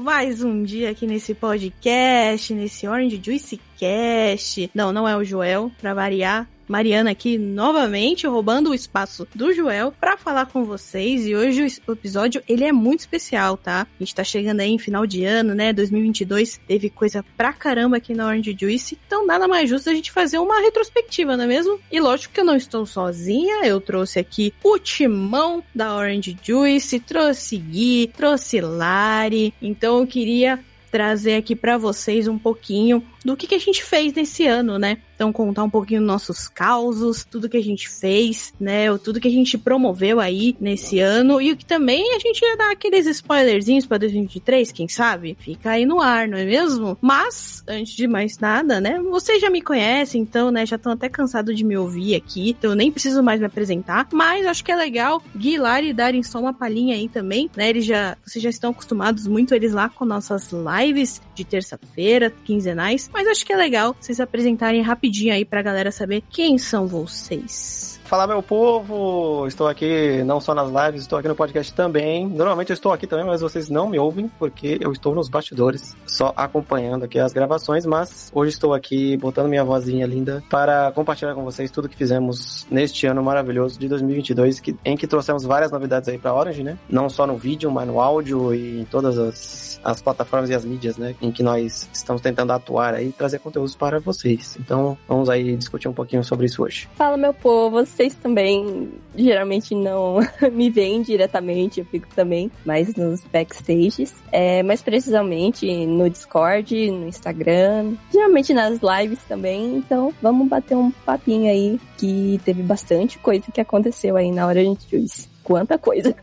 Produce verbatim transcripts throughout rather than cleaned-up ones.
mais um dia aqui nesse podcast, nesse Orange Juice Cast. Não, não é o Joel, pra variar. Mariana aqui novamente roubando o espaço do Joel pra falar com vocês, e hoje o episódio ele é muito especial, tá? A gente tá chegando aí em final de ano, né? dois mil e vinte e dois teve coisa pra caramba aqui na Orange Juice, então nada mais justo a gente fazer uma retrospectiva, não é mesmo? E lógico que eu não estou sozinha, eu trouxe aqui o timão da Orange Juice, trouxe Gui, trouxe Lari, então eu queria trazer aqui pra vocês um pouquinho do que, que a gente fez nesse ano, né? Então, contar um pouquinho dos nossos causos, tudo que a gente fez, né? Tudo que a gente promoveu aí nesse ano. E o que também a gente ia dar aqueles spoilerzinhos pra dois mil e vinte e três, quem sabe? Fica aí no ar, não é mesmo? Mas, antes de mais nada, né? Vocês já me conhecem, então, né? Já estão até cansados de me ouvir aqui. Então, eu nem preciso mais me apresentar. Mas, acho que é legal Gui e Lari darem só uma palhinha aí também, né? Eles já, vocês já estão acostumados muito eles lá com nossas lives de terça-feira, quinzenais. Mas acho que é legal vocês apresentarem rapidinho aí pra galera saber quem são vocês. Fala, meu povo, estou aqui não só nas lives, estou aqui no podcast também. Normalmente eu estou aqui também, mas vocês não me ouvem porque eu estou nos bastidores, só acompanhando aqui as gravações, mas hoje estou aqui botando minha vozinha linda para compartilhar com vocês tudo que fizemos neste ano maravilhoso de dois mil e vinte e dois, que, em que trouxemos várias novidades aí para a Orange, né? Não só no vídeo, mas no áudio e em todas as, as plataformas e as mídias, né? Em que nós estamos tentando atuar aí e trazer conteúdos para vocês. Então, vamos aí discutir um pouquinho sobre isso hoje. Fala, meu povo, vocês também geralmente não me veem diretamente, eu fico também mais nos backstages, é, mais precisamente no Discord, no Instagram, geralmente nas lives também, então vamos bater um papinho aí, que teve bastante coisa que aconteceu aí na Orange Juice. Quanta coisa!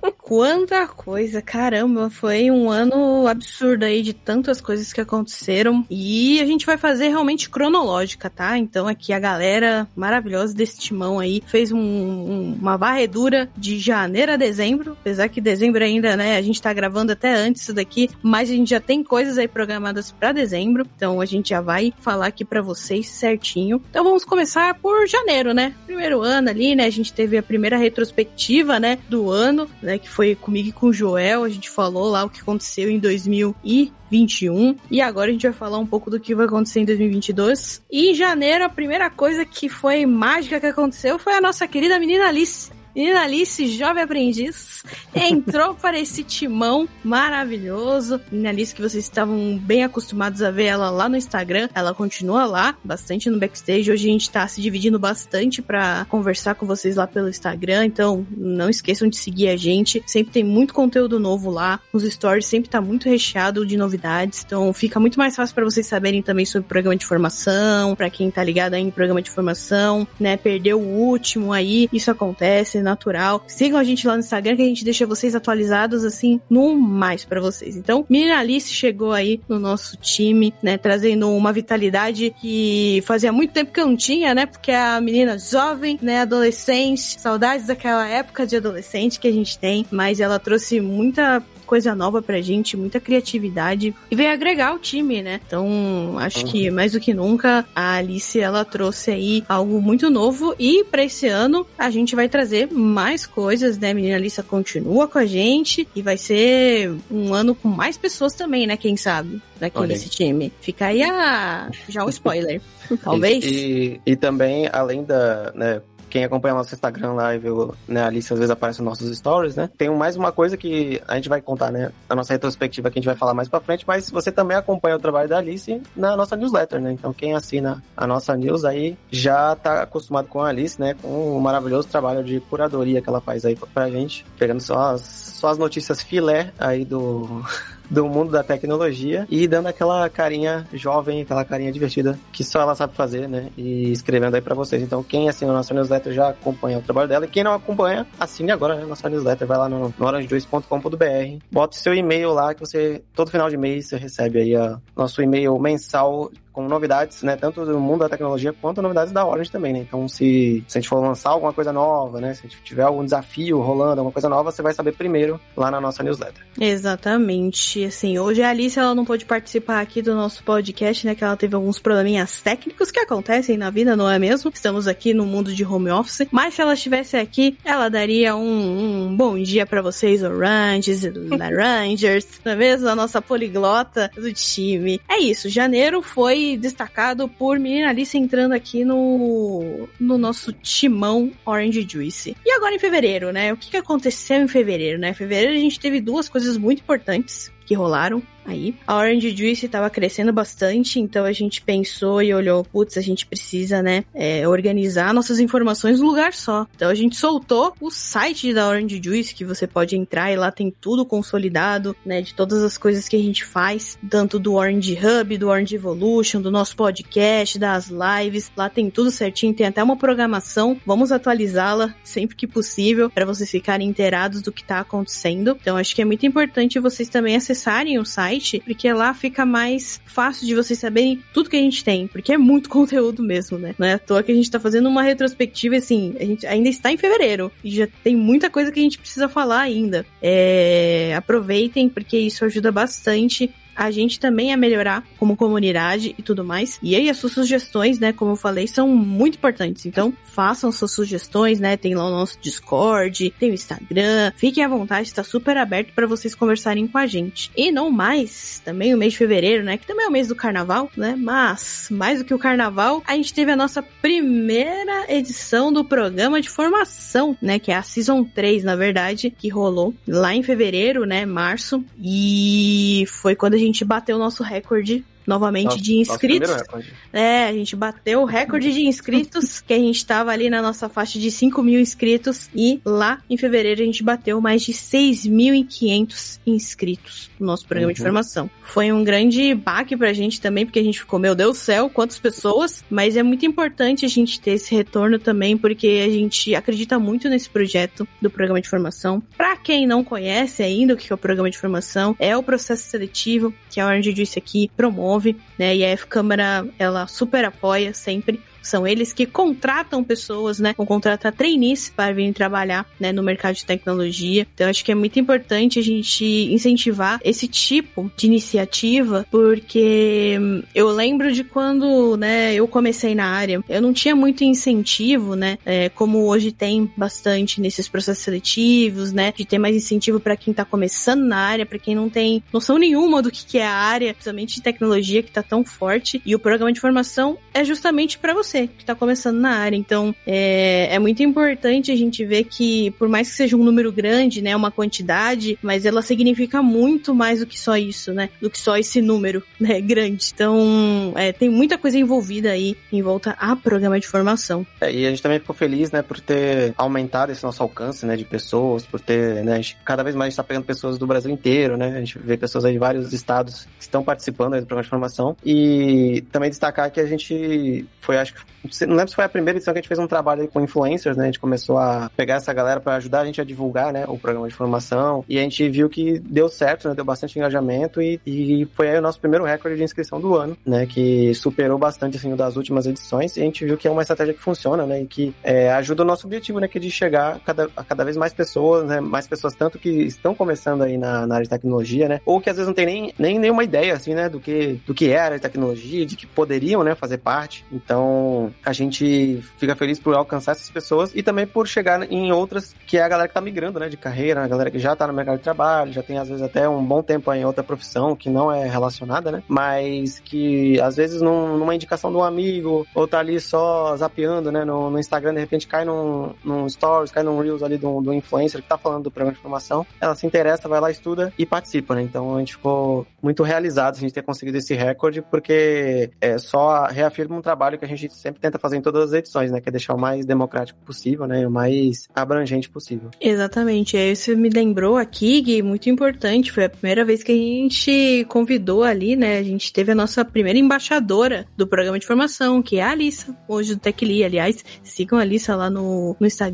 Quanta coisa, caramba, foi um ano absurdo aí de tantas coisas que aconteceram, e a gente vai fazer realmente cronológica, tá? Então aqui a galera maravilhosa desse timão aí fez um, um, uma varredura de janeiro a dezembro, apesar que dezembro ainda, né, a gente tá gravando até antes isso daqui, mas a gente já tem coisas aí programadas pra dezembro, então a gente já vai falar aqui pra vocês certinho. Então vamos começar por janeiro, né? Primeiro ano ali, né, a gente teve a primeira retrospectiva, né, do ano, né, que foi comigo e com o Joel, a gente falou lá o que aconteceu em dois mil e vinte e um, e agora a gente vai falar um pouco do que vai acontecer em dois mil e vinte e dois. E em janeiro, a primeira coisa que foi mágica que aconteceu foi a nossa querida menina Alice. Menina Alice, jovem aprendiz, entrou para esse timão maravilhoso. Menina Alice, que vocês estavam bem acostumados a ver ela lá no Instagram, ela continua lá, bastante no backstage. Hoje a gente tá se dividindo bastante para conversar com vocês lá pelo Instagram, então não esqueçam de seguir a gente, sempre tem muito conteúdo novo lá, os stories sempre tá muito recheado de novidades, então fica muito mais fácil para vocês saberem também sobre o programa de formação, para quem tá ligado aí em programa de formação, né, perdeu o último aí, isso acontece, natural. Sigam a gente lá no Instagram que a gente deixa vocês atualizados assim no mais pra vocês. Então, menina Alice chegou aí no nosso time, né, trazendo uma vitalidade que fazia muito tempo que eu não tinha, né, porque é a menina jovem, né, adolescente, saudades daquela época de adolescente que a gente tem, mas ela trouxe muita coisa nova pra gente, muita criatividade e veio agregar o time, né? Então, acho uhum. que mais do que nunca a Alice, ela trouxe aí algo muito novo e pra esse ano a gente vai trazer mais coisas, né? A menina Alice continua com a gente e vai ser um ano com mais pessoas também, né? Quem sabe? Daqui okay. nesse time. Fica aí a... já um spoiler. Talvez. E, e, e também, além da... né, quem acompanha o nosso Instagram lá e vê, né, a Alice às vezes aparece nos nossos stories, né? Tem mais uma coisa que a gente vai contar, né? A nossa retrospectiva que a gente vai falar mais pra frente, mas você também acompanha o trabalho da Alice na nossa newsletter, né? Então quem assina a nossa news aí já tá acostumado com a Alice, né? Com o maravilhoso trabalho de curadoria que ela faz aí pra gente, pegando só as, só as notícias filé aí do... do mundo da tecnologia e dando aquela carinha jovem, aquela carinha divertida que só ela sabe fazer, né? E escrevendo aí pra vocês. Então, quem assina a nossa newsletter já acompanha o trabalho dela. E quem não acompanha, assine agora, né? Nossa newsletter. Vai lá no, no orange juice ponto com ponto b r. Bota o seu e-mail lá que você, todo final de mês, você recebe aí a, nosso e-mail mensal com novidades, né, tanto do mundo da tecnologia quanto novidades da Orange também, né? Então, se, se a gente for lançar alguma coisa nova, né, se a gente tiver algum desafio rolando, alguma coisa nova, você vai saber primeiro lá na nossa newsletter. Exatamente. Assim, hoje a Alice, ela não pôde participar aqui do nosso podcast, né, que ela teve alguns probleminhas técnicos que acontecem na vida, não é mesmo? Estamos aqui no mundo de home office, mas se ela estivesse aqui, ela daria um, um bom dia pra vocês, Oranges, Rangers, não é mesmo? A nossa poliglota do time. É isso, janeiro foi destacado por Menina Alice entrando aqui no, no nosso timão Orange Juice. E agora em fevereiro, né? O que, que aconteceu em fevereiro, né? Em fevereiro a gente teve duas coisas muito importantes que rolaram aí. A Orange Juice estava crescendo bastante, então a gente pensou e olhou, putz, a gente precisa, né, é, organizar nossas informações num lugar só. Então a gente soltou o site da Orange Juice, que você pode entrar e lá tem tudo consolidado, né, de todas as coisas que a gente faz, tanto do Orange Hub, do Orange Evolution, do nosso podcast, das lives, lá tem tudo certinho, tem até uma programação, vamos atualizá-la sempre que possível, para vocês ficarem inteirados do que tá acontecendo. Então acho que é muito importante vocês também acessarem o site, porque lá fica mais fácil de vocês saberem tudo que a gente tem, porque é muito conteúdo mesmo, né? Não é à toa que a gente tá fazendo uma retrospectiva, assim, a gente ainda está em fevereiro, e já tem muita coisa que a gente precisa falar ainda. É, aproveitem, porque isso ajuda bastante a gente também a melhorar como comunidade e tudo mais. E aí as suas sugestões, né, como eu falei, são muito importantes. Então, façam suas sugestões, né? Tem lá o nosso Discord, tem o Instagram. Fiquem à vontade, está super aberto para vocês conversarem com a gente. E não mais, também o mês de fevereiro, né, que também é o mês do carnaval, né? Mas, mais do que o carnaval, a gente teve a nossa primeira edição do programa de formação, né, que é a Season três, na verdade, que rolou lá em fevereiro, né, março. E foi quando a a gente bateu o nosso recorde novamente nosso, de inscritos. É, a gente bateu o recorde de inscritos, que a gente tava ali na nossa faixa de cinco mil inscritos, e lá em fevereiro a gente bateu mais de seis mil e quinhentos inscritos no nosso programa uhum. de formação. Foi um grande baque pra gente também, porque a gente ficou, meu Deus do céu, quantas pessoas, mas é muito importante a gente ter esse retorno também, porque a gente acredita muito nesse projeto do programa de formação. Pra quem não conhece ainda o que é o programa de formação, é o processo seletivo que a Orange Juice aqui promove, né, e a F-Câmara, ela super apoia sempre. São eles que contratam pessoas, né, ou contratar trainees para virem trabalhar, né, no mercado de tecnologia. Então, acho que é muito importante a gente incentivar esse tipo de iniciativa, porque eu lembro de quando, né, eu comecei na área, eu não tinha muito incentivo, né, é, como hoje tem bastante nesses processos seletivos, né, de ter mais incentivo para quem tá começando na área, para quem não tem noção nenhuma do que, que é a área, principalmente de tecnologia, que tá tão forte. E o programa de formação é justamente para você que tá começando na área. Então, é, é muito importante a gente ver que, por mais que seja um número grande, né, uma quantidade, mas ela significa muito mais do que só isso, né, do que só esse número, né, grande. Então, é, tem muita coisa envolvida aí em volta a programa de formação. É, e a gente também ficou feliz, né, por ter aumentado esse nosso alcance, né, de pessoas, por ter, né, a gente, cada vez mais a gente tá pegando pessoas do Brasil inteiro, né, a gente vê pessoas aí de vários estados que estão participando aí do programa de formação. E também destacar que a gente foi, acho que não lembro se foi a primeira edição que a gente fez um trabalho aí com influencers, né? A gente começou a pegar essa galera para ajudar a gente a divulgar, né, o programa de formação, e a gente viu que deu certo, né? Deu bastante engajamento e, e foi aí o nosso primeiro recorde de inscrição do ano, né? Que superou bastante, assim, o das últimas edições, e a gente viu que é uma estratégia que funciona, né? E que é, ajuda o nosso objetivo, né? Que é de chegar a cada, a cada vez mais pessoas, né? Mais pessoas tanto que estão começando aí na, na área de tecnologia, né? Ou que às vezes não tem nem, nem nenhuma ideia, assim, né? Do que, do que é a área de tecnologia, de que poderiam, né? Fazer parte. Então, a gente fica feliz por alcançar essas pessoas e também por chegar em outras, que é a galera que tá migrando, né, de carreira, a galera que já tá no mercado de trabalho, já tem às vezes até um bom tempo em outra profissão que não é relacionada, né, mas que às vezes num, numa indicação de um amigo, ou tá ali só zapeando, né, no, no Instagram, de repente cai num, num stories, cai num reels ali do, do influencer que tá falando do programa de formação, ela se interessa, vai lá, estuda e participa, né, então a gente ficou muito realizado a gente ter conseguido esse recorde, porque é só reafirma um trabalho que a gente sempre tenta fazer em todas as edições, né? Que é deixar o mais democrático possível, né? O mais abrangente possível. Exatamente. Aí você me lembrou aqui, Gui, muito importante. Foi a primeira vez que a gente convidou ali, né? A gente teve a nossa primeira embaixadora do programa de formação, que é a Alissa, hoje do TechLee, aliás. Sigam a Alissa lá no, no Instagram.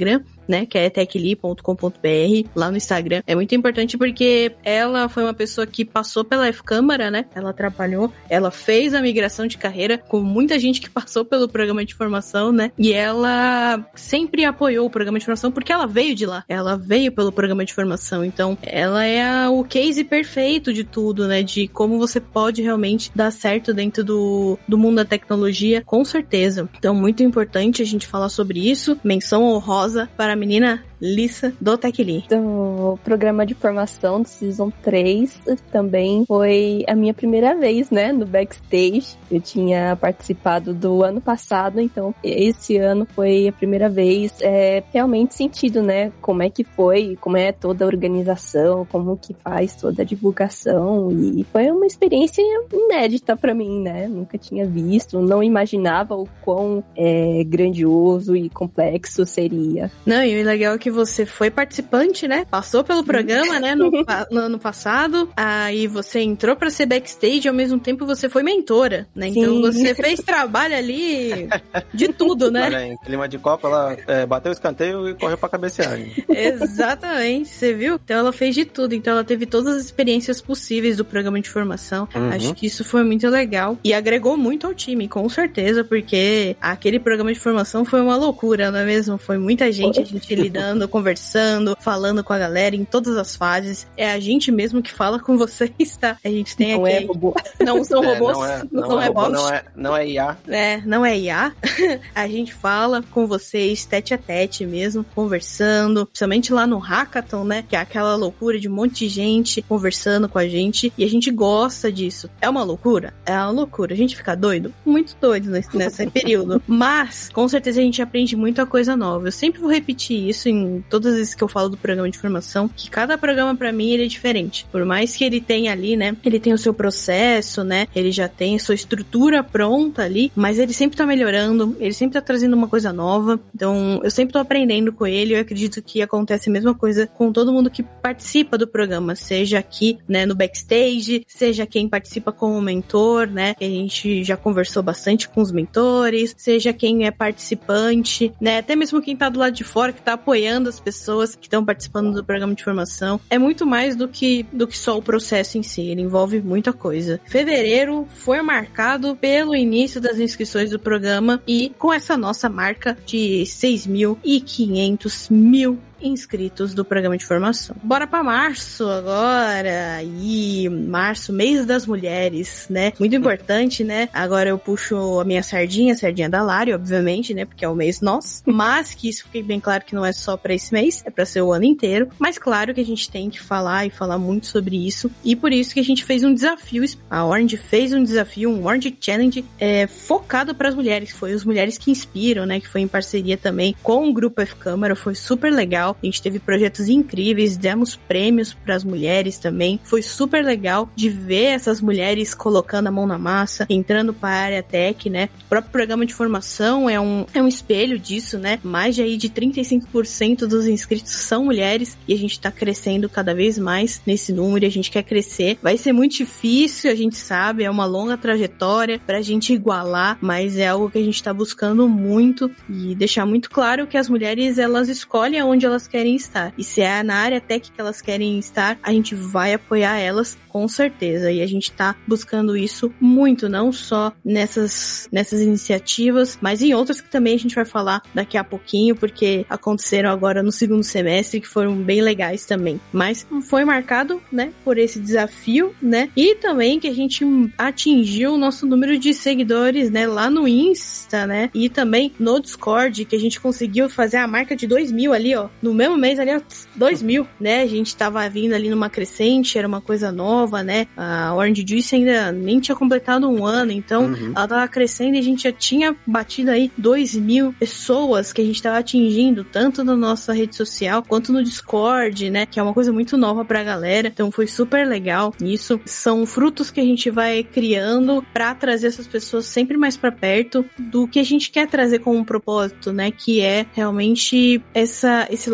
né, que é techly ponto com ponto b r, lá no Instagram. É muito importante porque ela foi uma pessoa que passou pela F-Câmara, né, ela trabalhou, ela fez a migração de carreira com muita gente que passou pelo programa de formação, né, e ela sempre apoiou o programa de formação porque ela veio de lá, ela veio pelo programa de formação, então ela é a, o case perfeito de tudo, né, de como você pode realmente dar certo dentro do, do mundo da tecnologia, com certeza. Então, muito importante a gente falar sobre isso. Menção honrosa para a menina Lissa do Techly. Então, o programa de formação do Season três também foi a minha primeira vez, né, no backstage. Eu tinha participado do ano passado, então esse ano foi a primeira vez é, realmente sentido, né, como é que foi, como é toda a organização, como que faz toda a divulgação, e foi uma experiência inédita pra mim, né, nunca tinha visto, não imaginava o quão é, grandioso e complexo seria. Não, e o legal é que você foi participante, né? Passou pelo programa, né? No, no ano passado. Aí você entrou pra ser backstage e ao mesmo tempo você foi mentora, né? Sim. Então você fez trabalho ali de tudo, né? Olha, em clima de Copa, ela é, bateu o escanteio e correu pra cabecear. Exatamente, você viu? Então ela fez de tudo. Então ela teve todas as experiências possíveis do programa de formação. Uhum. Acho que isso foi muito legal. E agregou muito ao time, com certeza, porque aquele programa de formação foi uma loucura, não é mesmo? Foi muita gente, a gente lidando, conversando, falando com a galera em todas as fases. É a gente mesmo que fala com vocês, tá? A gente tem não aqui... É robô. Não são é, robôs. Não é, não, não não é, é robô, bot. não é, não é I A. É, não é I A. A gente fala com vocês tete a tete mesmo, conversando, principalmente lá no Hackathon, né? Que é aquela loucura de um monte de gente conversando com a gente. E a gente gosta disso. É uma loucura? É uma loucura. A gente fica doido? Muito doido nesse, nesse período. Mas, com certeza, a gente aprende muita coisa nova. Eu sempre vou repetir isso em todas as vezes que eu falo do programa de formação, que cada programa pra mim ele é diferente. Por mais que ele tenha ali, né, ele tem o seu processo, né, ele já tem a sua estrutura pronta ali, mas ele sempre tá melhorando, ele sempre tá trazendo uma coisa nova. Então, eu sempre tô aprendendo com ele. Eu acredito que acontece a mesma coisa com todo mundo que participa do programa, seja aqui, né, no backstage, seja quem participa como mentor, né, que a gente já conversou bastante com os mentores, seja quem é participante, né, até mesmo quem tá do lado de fora, que tá apoiando as pessoas que estão participando do programa de formação. É muito mais do que, do que só o processo em si, ele envolve muita coisa. Fevereiro foi marcado pelo início das inscrições do programa e com essa nossa marca de seis mil e quinhentos mil inscritos do programa de formação. Bora pra março agora, e março, mês das mulheres, né? Muito importante, né? Agora eu puxo a minha sardinha, a sardinha da Lari, obviamente, né? Porque é o mês nosso, mas que isso fique bem claro que não é só pra esse mês, é pra ser o ano inteiro, mas claro que a gente tem que falar e falar muito sobre isso, e por isso que a gente fez um desafio, a Orange fez um desafio, um Orange Challenge é, focado pras mulheres, foi os Mulheres que Inspiram, né? Que foi em parceria também com o Grupo F-Câmara, foi super legal. A gente teve projetos incríveis, demos prêmios para as mulheres também. Foi super legal de ver essas mulheres colocando a mão na massa, entrando para a área tech, né? O próprio programa de formação é um, é um espelho disso, né? Mais de aí de trinta e cinco por cento dos inscritos são mulheres e a gente tá crescendo cada vez mais nesse número, a gente quer crescer. Vai ser muito difícil, a gente sabe, é uma longa trajetória pra gente igualar, mas é algo que a gente tá buscando muito e deixar muito claro que as mulheres, elas escolhem onde elas querem estar. E se é na área tech que elas querem estar, a gente vai apoiar elas com certeza. E a gente tá buscando isso muito, não só nessas, nessas iniciativas, mas em outras que também a gente vai falar daqui a pouquinho, porque aconteceram agora no segundo semestre, que foram bem legais também. Mas foi marcado, né, por esse desafio, né, e também que a gente atingiu o nosso número de seguidores, né, lá no Insta, né, e também no Discord, que a gente conseguiu fazer a marca de dois mil ali, ó, no mesmo mês ali, ó, dois mil, né, a gente tava vindo ali numa crescente, era uma coisa nova, né, a Orange Juice ainda nem tinha completado um ano, então uhum. ela tava crescendo e a gente já tinha batido aí dois mil pessoas que a gente tava atingindo, tanto na nossa rede social, quanto no Discord, né, que é uma coisa muito nova pra galera, então foi super legal. Isso são frutos que a gente vai criando pra trazer essas pessoas sempre mais pra perto do que a gente quer trazer como um propósito, né, que é realmente essa, esse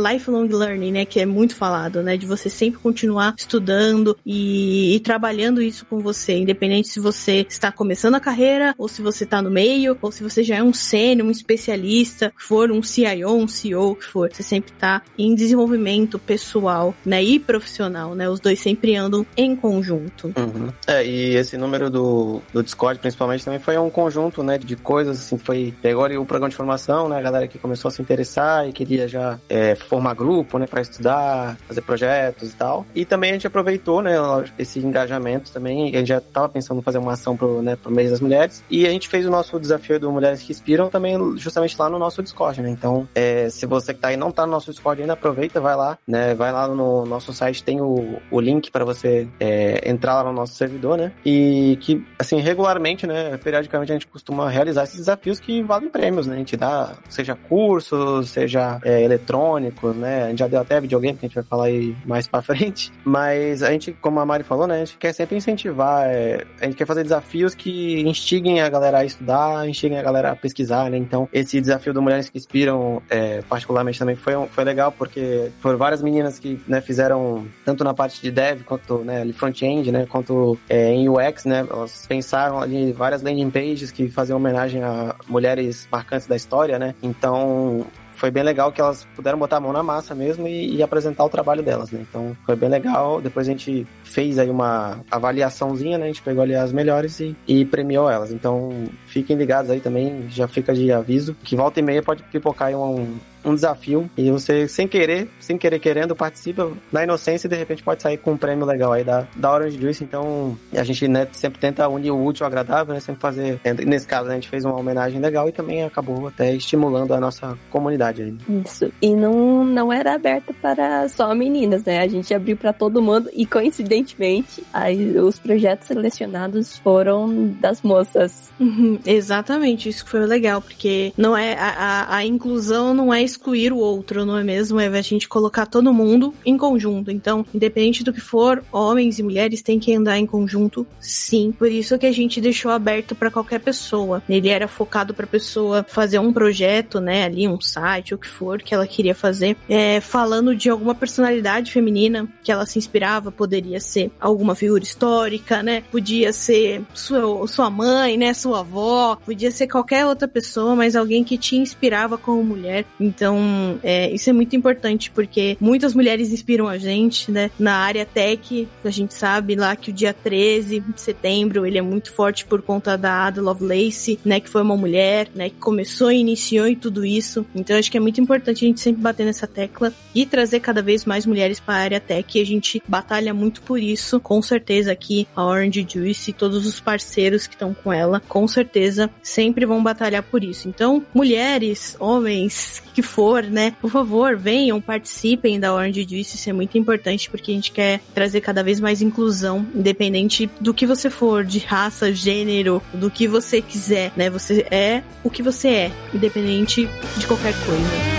lifelong learning, né, que é muito falado, né, de você sempre continuar estudando e, e trabalhando isso com você, independente se você está começando a carreira, ou se você está no meio, ou se você já é um sênior, um especialista, que for um C I O, um C E O, que for, você sempre está em desenvolvimento pessoal, né, e profissional, né, os dois sempre andam em conjunto. Uhum. É, e esse número do, do Discord, principalmente, também foi um conjunto, né, de coisas, assim, foi, pegou ali o programa de formação, né, a galera que começou a se interessar e queria já é, formar grupo, né, para estudar, fazer projetos e tal, e também a gente aproveitou, né, esse engajamento também, a gente já estava pensando em fazer uma ação pro, né, pro mês das mulheres, e a gente fez o nosso desafio do Mulheres que Inspiram também justamente lá no nosso Discord, né, então, é, se você que tá aí não tá no nosso Discord ainda, aproveita, vai lá, né, vai lá no nosso site, tem o, o link para você é, entrar lá no nosso servidor, né, e que, assim, regularmente, né, periodicamente a gente costuma realizar esses desafios que valem prêmios, né, a gente dá, seja cursos, seja é, eletrônicos, né, a gente já deu até videogame, que a gente vai falar aí mais pra frente, mas a gente, como a Mari falou, né, a gente quer sempre incentivar, é, a gente quer fazer desafios que instiguem a galera a estudar, instiguem a galera a pesquisar, né, então esse desafio do Mulheres que Inspiram, é, particularmente também foi, um, foi legal, porque foram várias meninas que, né, fizeram, tanto na parte de dev, quanto, né, ali front-end, né, quanto é, em U X, né, elas pensaram ali várias landing pages que faziam homenagem a mulheres marcantes da história, né, então foi bem legal que elas puderam botar a mão na massa mesmo e, e apresentar o trabalho delas, né? Então foi bem legal. Depois a gente fez aí uma avaliaçãozinha, né? A gente pegou ali as melhores e, e premiou elas. Então fiquem ligados aí também, já fica de aviso, que volta e meia pode pipocar aí um, um desafio e você, sem querer, sem querer querendo, participa na inocência e de repente pode sair com um prêmio legal aí da, da Orange Juice. Então a gente, né, sempre tenta unir o útil ao agradável, né? Sempre fazer, nesse caso, né, a gente fez uma homenagem legal e também acabou até estimulando a nossa comunidade aí. Isso, e não, não era aberto para só meninas, né? A gente abriu para todo mundo e coincidentemente aí, os projetos selecionados foram das moças. Uhum, exatamente, isso foi legal, porque não é a, a, a inclusão não é excluir o outro, não é mesmo? É a gente colocar todo mundo em conjunto. Então, independente do que for, homens e mulheres têm que andar em conjunto, sim. Por isso que a gente deixou aberto para qualquer pessoa. Ele era focado para pessoa fazer um projeto, né, ali um site, o que for que ela queria fazer, é, falando de alguma personalidade feminina que ela se inspirava. Poderia ser alguma figura histórica, né? Podia ser sua, sua mãe, né? Sua avó, podia ser qualquer outra pessoa, mas alguém que te inspirava como mulher. Então, é, isso é muito importante, porque muitas mulheres inspiram a gente, né? Na área tech, a gente sabe lá que o dia treze de setembro, ele é muito forte por conta da Ada Lovelace, né? Que foi uma mulher, né? Que começou e iniciou e tudo isso. Então, acho que é muito importante a gente sempre bater nessa tecla e trazer cada vez mais mulheres para a área tech, e a gente batalha muito por isso, com certeza aqui a Orange Juice e todos os parceiros que estão com ela, com certeza sempre vão batalhar por isso. Então, mulheres, homens, que for, né, por favor, venham, participem da Orange Juice, isso é muito importante, porque a gente quer trazer cada vez mais inclusão, independente do que você for, de raça, gênero, do que você quiser, né, você é o que você é, independente de qualquer coisa.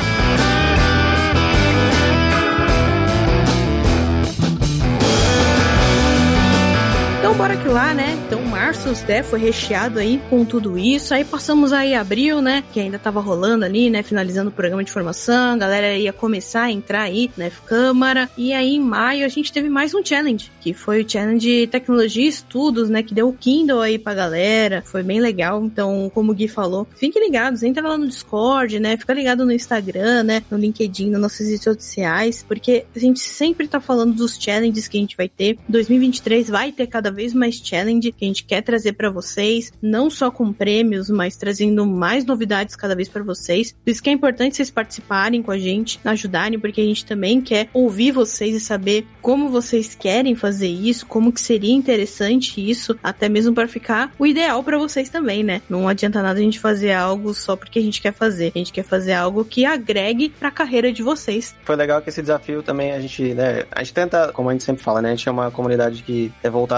Então bora que lá, né? Então março, né, foi recheado aí com tudo isso. Aí passamos aí abril, né, que ainda tava rolando ali, né, finalizando o programa de formação. A galera ia começar a entrar aí, né, Câmara. E aí em maio a gente teve mais um challenge, que foi o challenge Tecnologia e Estudos, né, que deu o Kindle aí pra galera. Foi bem legal. Então, como o Gui falou, fiquem ligados, entra lá no Discord, né, fica ligado no Instagram, né, no LinkedIn, nas nossas redes sociais, porque a gente sempre tá falando dos challenges que a gente vai ter. dois mil e vinte e três vai ter cada vez mais challenge que a gente quer trazer para vocês, não só com prêmios, mas trazendo mais novidades cada vez para vocês. Por isso que é importante vocês participarem com a gente, ajudarem, porque a gente também quer ouvir vocês e saber como vocês querem fazer isso, como que seria interessante isso, até mesmo para ficar o ideal para vocês também, né? Não adianta nada a gente fazer algo só porque a gente quer fazer. A gente quer fazer algo que agregue para a carreira de vocês. Foi legal que esse desafio também a gente, né, a gente tenta, como a gente sempre fala, né, a gente é uma comunidade que é voltada ali para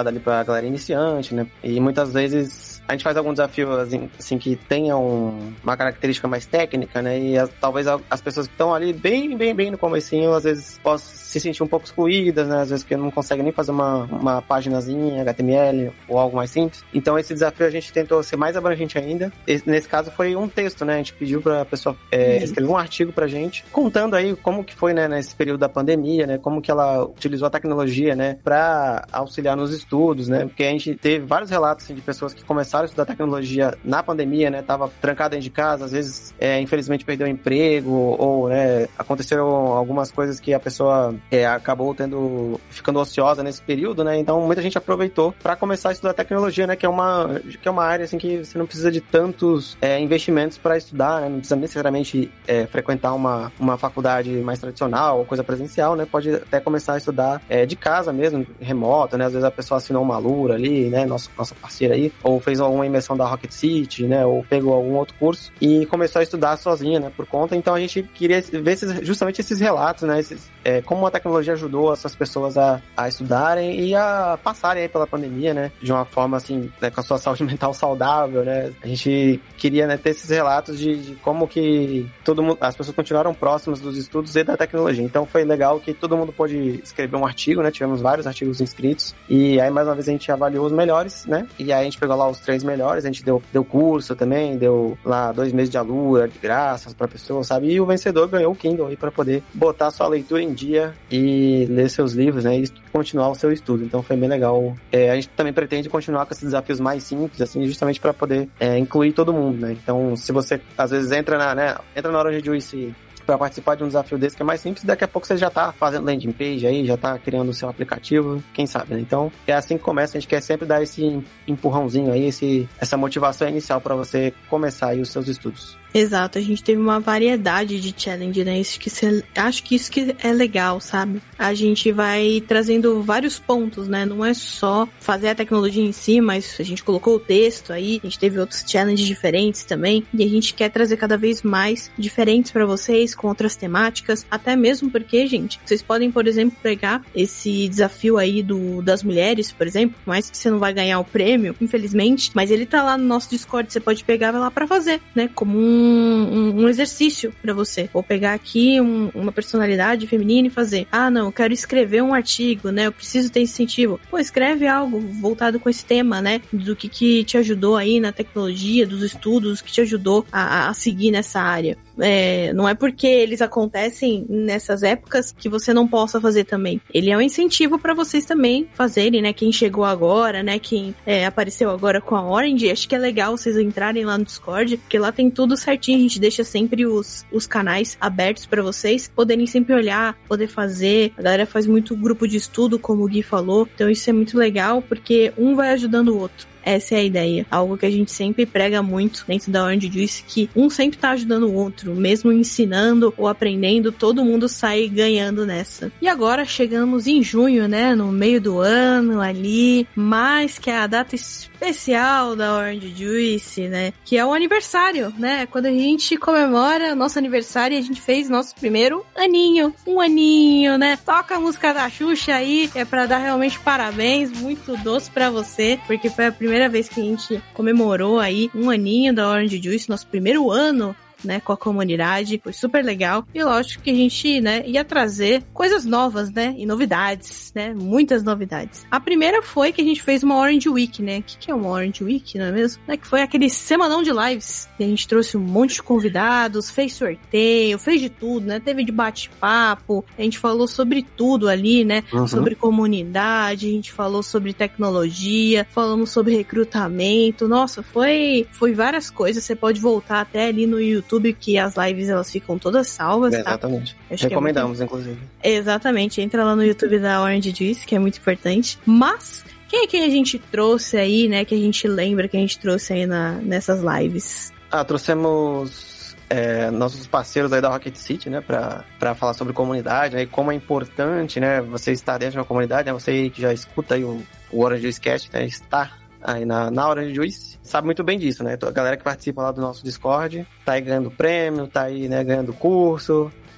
galera iniciante, né? E muitas vezes a gente faz algum desafio, assim, assim que tenha um, uma característica mais técnica, né? E as, talvez as pessoas que estão ali bem, bem, bem no comecinho, às vezes possam se sentir um pouco excluídas, né? Às vezes porque não conseguem nem fazer uma, uma paginazinha, H T M L ou algo mais simples. Então esse desafio a gente tentou ser mais abrangente ainda. Esse, nesse caso foi um texto, né? A gente pediu pra pessoa é, escrever um artigo pra gente, contando aí como que foi, né, nesse período da pandemia, né? Como que ela utilizou a tecnologia, né? Pra auxiliar nos estudos, né? Porque a gente teve vários relatos, assim, de pessoas que começaram a estudar tecnologia na pandemia, né? Tava trancada dentro de casa, às vezes, é, infelizmente, perdeu o emprego, ou, né, aconteceram algumas coisas que a pessoa é, acabou tendo, ficando ociosa nesse período, né? Então, muita gente aproveitou para começar a estudar tecnologia, né? Que é uma, que é uma área, assim, que você não precisa de tantos é, investimentos para estudar, né? Não precisa necessariamente é, frequentar uma, uma faculdade mais tradicional ou coisa presencial, né? Pode até começar a estudar é, de casa mesmo, remoto, né? Às vezes a pessoa assinou uma Lura ali, né? Nossa, nossa parceira aí, ou fez alguma imersão da Rocket City, né? Ou pegou algum outro curso e começou a estudar sozinha, né? Por conta. Então a gente queria ver esses, justamente esses relatos, né? Esses, é, como a tecnologia ajudou essas pessoas a, a estudarem e a passarem aí pela pandemia, né? De uma forma, assim, né? Com a sua saúde mental saudável, né? A gente queria, né, ter esses relatos de, de como que todo mundo, as pessoas continuaram próximas dos estudos e da tecnologia. Então foi legal que todo mundo pôde escrever um artigo, né? Tivemos vários artigos inscritos e aí mais uma vez a gente avaliou os melhores, né? E aí a gente pegou lá os três melhores, a gente deu, deu curso também, deu lá dois meses de Alura, de graças pra pessoa, sabe? E o vencedor ganhou o Kindle aí pra poder botar sua leitura em dia e ler seus livros, né? E continuar o seu estudo. Então foi bem legal. É, a gente também pretende continuar com esses desafios mais simples, assim, justamente pra poder é, incluir todo mundo, né? Então, se você às vezes entra na, né? Entra na Orange Juice para participar de um desafio desse que é mais simples, daqui a pouco você já tá fazendo landing page aí, já tá criando o seu aplicativo, quem sabe, né? Então, é assim que começa, a gente quer sempre dar esse empurrãozinho aí, esse, essa motivação inicial para você começar aí os seus estudos. Exato, a gente teve uma variedade de challenge, né? Isso que cê, acho que isso que é legal, sabe? A gente vai trazendo vários pontos, né? Não é só fazer a tecnologia em si, mas a gente colocou o texto aí, a gente teve outros challenges diferentes também, e a gente quer trazer cada vez mais diferentes para vocês, com outras temáticas, até mesmo porque, gente, vocês podem, por exemplo, pegar esse desafio aí do, das mulheres, por exemplo, por mais que você não vai ganhar o prêmio, infelizmente, mas ele tá lá no nosso Discord, você pode pegar lá pra fazer, né? Como um Um, um exercício pra você. Vou pegar aqui um, uma personalidade feminina e fazer. Ah, não, eu quero escrever um artigo, né? Eu preciso ter incentivo. Pô, escreve algo voltado com esse tema, né? Do que, que te ajudou aí na tecnologia, dos estudos, que te ajudou a, a seguir nessa área. É, não é porque eles acontecem nessas épocas que você não possa fazer também. Ele é um incentivo pra vocês também fazerem, né? Quem chegou agora, né? Quem é, apareceu agora com a Orange. Acho que é legal vocês entrarem lá no Discord, porque lá tem tudo certinho. A gente deixa sempre os, os canais abertos pra vocês poderem sempre olhar, poder fazer. A galera faz muito grupo de estudo, como o Gui falou. Então isso é muito legal, porque um vai ajudando o outro. Essa é a ideia. Algo que a gente sempre prega muito dentro da Orange Juice, que um sempre tá ajudando o outro. Mesmo ensinando ou aprendendo, todo mundo sai ganhando nessa. E agora chegamos em junho, né? No meio do ano ali. Mas que é a data especial da Orange Juice, né? Que é o aniversário, né? Quando a gente comemora nosso aniversário e a gente fez nosso primeiro aninho. Um aninho, né? Toca a música da Xuxa aí. É pra dar realmente parabéns. Muito doce pra você. Porque foi a primeira primeira vez que a gente comemorou aí um aninho da Orange Juice, nosso primeiro ano, né, com a comunidade, foi super legal, e lógico que a gente, né, ia trazer coisas novas, né, e novidades, né, muitas novidades. A primeira foi que a gente fez uma Orange Week, né, o que, que é uma Orange Week, não é mesmo? Né, que foi aquele semanão de lives, e a gente trouxe um monte de convidados, fez sorteio, fez de tudo, né, teve de bate-papo, a gente falou sobre tudo ali, né, uhum. Sobre comunidade, a gente falou sobre tecnologia, falamos sobre recrutamento, nossa, foi, foi várias coisas, você pode voltar até ali no YouTube, que as lives elas ficam todas salvas, é, exatamente. Tá? Recomendamos, é muito... inclusive. Exatamente, entra lá no YouTube da Orange Juice, que é muito importante. Mas, quem é que a gente trouxe aí, né, que a gente lembra que a gente trouxe aí na, nessas lives? Ah, trouxemos é, nossos parceiros aí da Rocket City, né, pra, pra falar sobre comunidade, né, e como é importante, né, você estar dentro de uma comunidade, né, você que já escuta aí o, o Orange Juice Cast, né, estar aí na, na Orange Juice, sabe muito bem disso, né? A galera que participa lá do nosso Discord tá aí ganhando prêmio, tá aí, né, ganhando curso,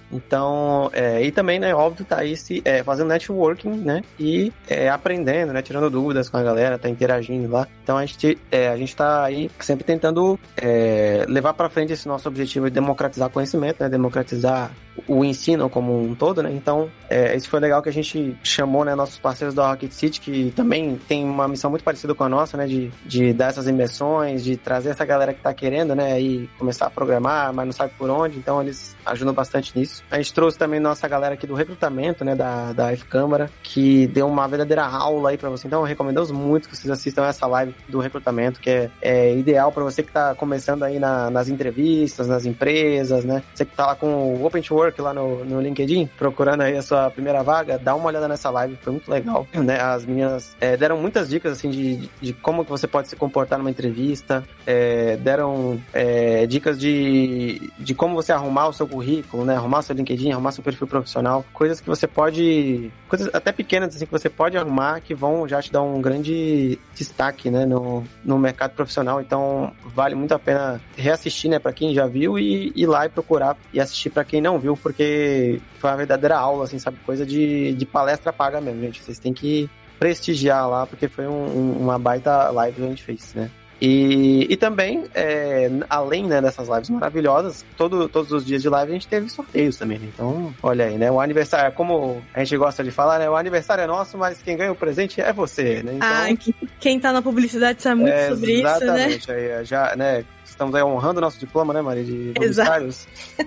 Então, é, e também, né, óbvio, tá aí se, é, fazendo networking, né, e é, aprendendo, né, tirando dúvidas com a galera, tá interagindo lá. Então a gente, é, a gente tá aí sempre tentando é, levar pra frente esse nosso objetivo de democratizar conhecimento, né, democratizar o ensino como um todo, né, então é, isso foi legal que a gente chamou, né, nossos parceiros da Rocket City, que também tem uma missão muito parecida com a nossa, né, de, de dar essas imersões, de trazer essa galera que tá querendo, né, aí começar a programar, mas não sabe por onde, então eles ajudam bastante nisso. A gente trouxe também nossa galera aqui do recrutamento, né, da, da F-Câmara, que deu uma verdadeira aula aí pra você, então eu recomendamos muito que vocês assistam essa live do recrutamento, que é, é ideal pra você que tá começando aí na, nas entrevistas, nas empresas, né, você que tá lá com o Open to Work lá no, no LinkedIn, procurando aí a sua primeira vaga, dá uma olhada nessa live, foi muito legal, né, as meninas é, deram muitas dicas, assim, de, de como que você pode se comportar numa entrevista, é, deram é, dicas de, de como você arrumar o seu currículo, né, arrumar o seu LinkedIn, arrumar seu perfil profissional, coisas que você pode, coisas até pequenas, assim, que você pode arrumar, que vão já te dar um grande destaque, né, no, no mercado profissional, então vale muito a pena reassistir, né, pra quem já viu e ir lá e procurar e assistir pra quem não viu, porque foi uma verdadeira aula, assim, sabe, coisa de, de palestra paga mesmo, gente, vocês têm que prestigiar lá, porque foi um, um, uma baita live que a gente fez, né. E, e também, é, além, né, dessas lives maravilhosas, todo, todos os dias de live a gente teve sorteios também, né? Então, olha aí, né? O aniversário, como a gente gosta de falar, né? O aniversário é nosso, mas quem ganha o presente é você, né? Então, ah, quem tá na publicidade sabe muito é, sobre isso, né? Exatamente, aí, já, né? Estamos aí honrando o nosso diploma, né, Maria, de publicitários.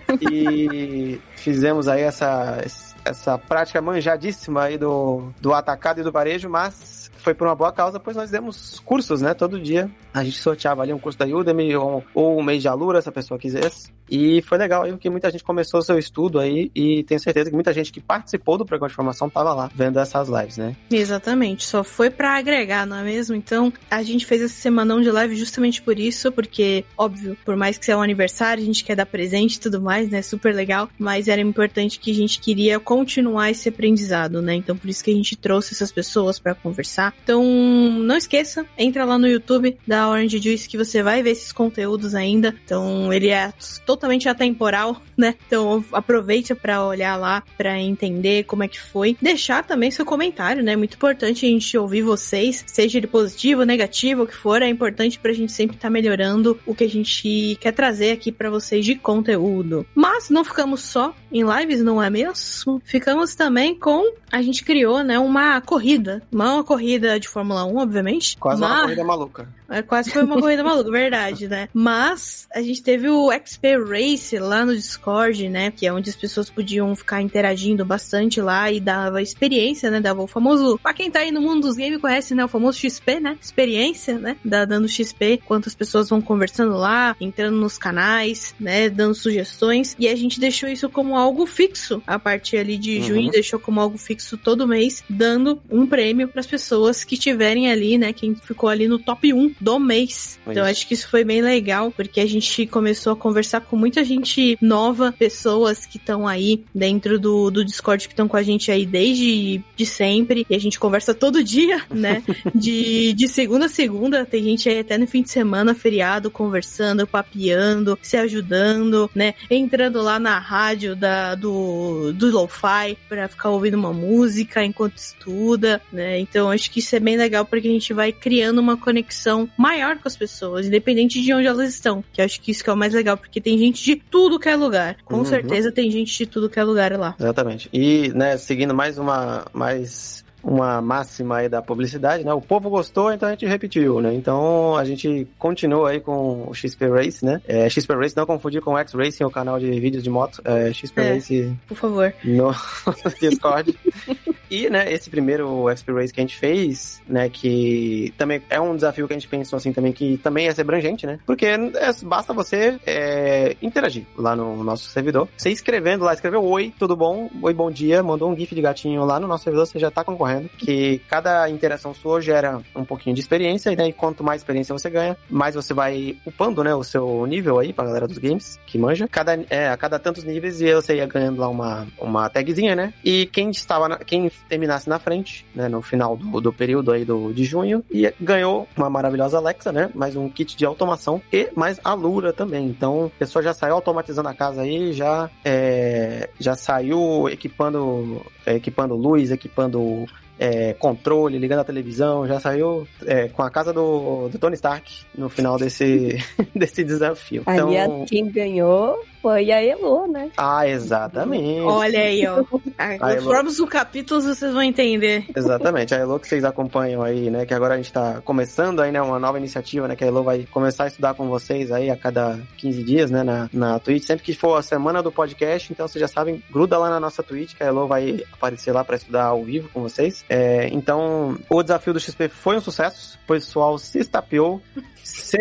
E fizemos aí essa, essa prática manjadíssima aí do, do atacado e do varejo, mas foi por uma boa causa, pois nós demos cursos, né, todo dia. A gente sorteava ali um curso da Udemy ou, ou um mês de Alura, se a pessoa quisesse. E foi legal aí, porque muita gente começou o seu estudo aí e tenho certeza que muita gente que participou do programa de formação estava lá vendo essas lives, né? Exatamente, só foi pra agregar, não é mesmo? Então, a gente fez esse semanão de live justamente por isso, porque, óbvio, por mais que seja um aniversário, a gente quer dar presente e tudo mais, né? Super legal, mas era importante que a gente queria continuar esse aprendizado, né? Então, por isso que a gente trouxe essas pessoas pra conversar. Então, não esqueça, entra lá no YouTube da Orange Juice que você vai ver esses conteúdos ainda. Então, ele é totalmente atemporal, né? Então, aproveite pra olhar lá, pra entender como é que foi. Deixar também seu comentário, né? Muito importante a gente ouvir vocês, seja ele positivo, negativo, o que for, é importante pra gente sempre estar tá melhorando o que a gente quer trazer aqui pra vocês de conteúdo. Mas não ficamos só em lives, não é mesmo? Ficamos também com... A gente criou, né, uma corrida. Não uma corrida de Fórmula um, obviamente. Quase mas... uma corrida maluca. É, quase foi uma corrida maluca, verdade, né? Mas a gente teve o X P Race lá no Discord, né? Que é onde as pessoas podiam ficar interagindo bastante lá e dava experiência, né? Dava o famoso... Pra quem tá aí no mundo dos games conhece, né? O famoso X P, né? Experiência, né? Da, dando X P, quantas pessoas vão conversando lá, entrando nos canais, né? Dando sugestões. E a gente deixou isso como algo fixo. A partir ali de uhum. junho, deixou como algo fixo todo mês, dando um prêmio pras pessoas que tiverem ali, né? Quem ficou ali no top um do mês. Então, isso. Acho que isso foi bem legal, porque a gente começou a conversar com muita gente nova, pessoas que estão aí dentro do, do Discord, que estão com a gente aí desde de sempre, e a gente conversa todo dia, né? De, de segunda a segunda, tem gente aí até no fim de semana, feriado, conversando, papeando, se ajudando, né? Entrando lá na rádio da, do, do Lo-Fi pra ficar ouvindo uma música enquanto estuda, né? Então, acho que isso é bem legal, porque a gente vai criando uma conexão maior com as pessoas, independente de onde elas estão, que eu acho que isso que é o mais legal, porque tem gente de tudo que é lugar, com uhum. certeza tem gente de tudo que é lugar lá. Exatamente, e, né, seguindo mais uma, mais uma máxima aí da publicidade, né, o povo gostou, então a gente repetiu, né, então a gente continua aí com o X P Race, né, é, X P Race, não confundir com o X Racing, o canal de vídeos de moto, é, X P é, Race, por favor, no Discord. E, né, esse primeiro X P Race que a gente fez, né, que também é um desafio que a gente pensou, assim, também, que também ia ser abrangente, né, porque é, basta você é, interagir lá no nosso servidor, você escrevendo lá, escreveu oi, tudo bom, oi, bom dia, mandou um gif de gatinho lá no nosso servidor, você já tá concorrendo, que cada interação sua gera um pouquinho de experiência, né, e quanto mais experiência você ganha, mais você vai upando, né, o seu nível aí, pra galera dos games, que manja, cada, é, a cada tantos níveis, e você ia ganhando lá uma, uma tagzinha, né, e quem estava, na, quem terminasse na frente, né, no final do, do período aí do, de junho, e ganhou uma maravilhosa Alexa, né, mais um kit de automação e mais a Lura também. Então, a pessoa já saiu automatizando a casa aí, já, é, já saiu equipando, é, equipando luz, equipando é, controle, ligando a televisão, já saiu é, com a casa do, do Tony Stark no final desse, desse desafio. Então, aliás, quem ganhou foi a Elo, né? Ah, exatamente. Olha aí, ó. Nos próximos capítulos vocês vão entender. Exatamente. A Elo que vocês acompanham aí, né? Que agora a gente tá começando aí, né? Uma nova iniciativa, né? Que a Elo vai começar a estudar com vocês aí a cada quinze dias, né? Na, na Twitch. Sempre que for a semana do podcast, então vocês já sabem, gruda lá na nossa Twitch, que a Elo vai aparecer lá pra estudar ao vivo com vocês. É, então, o desafio do X P foi um sucesso. O pessoal se estapeou. Se...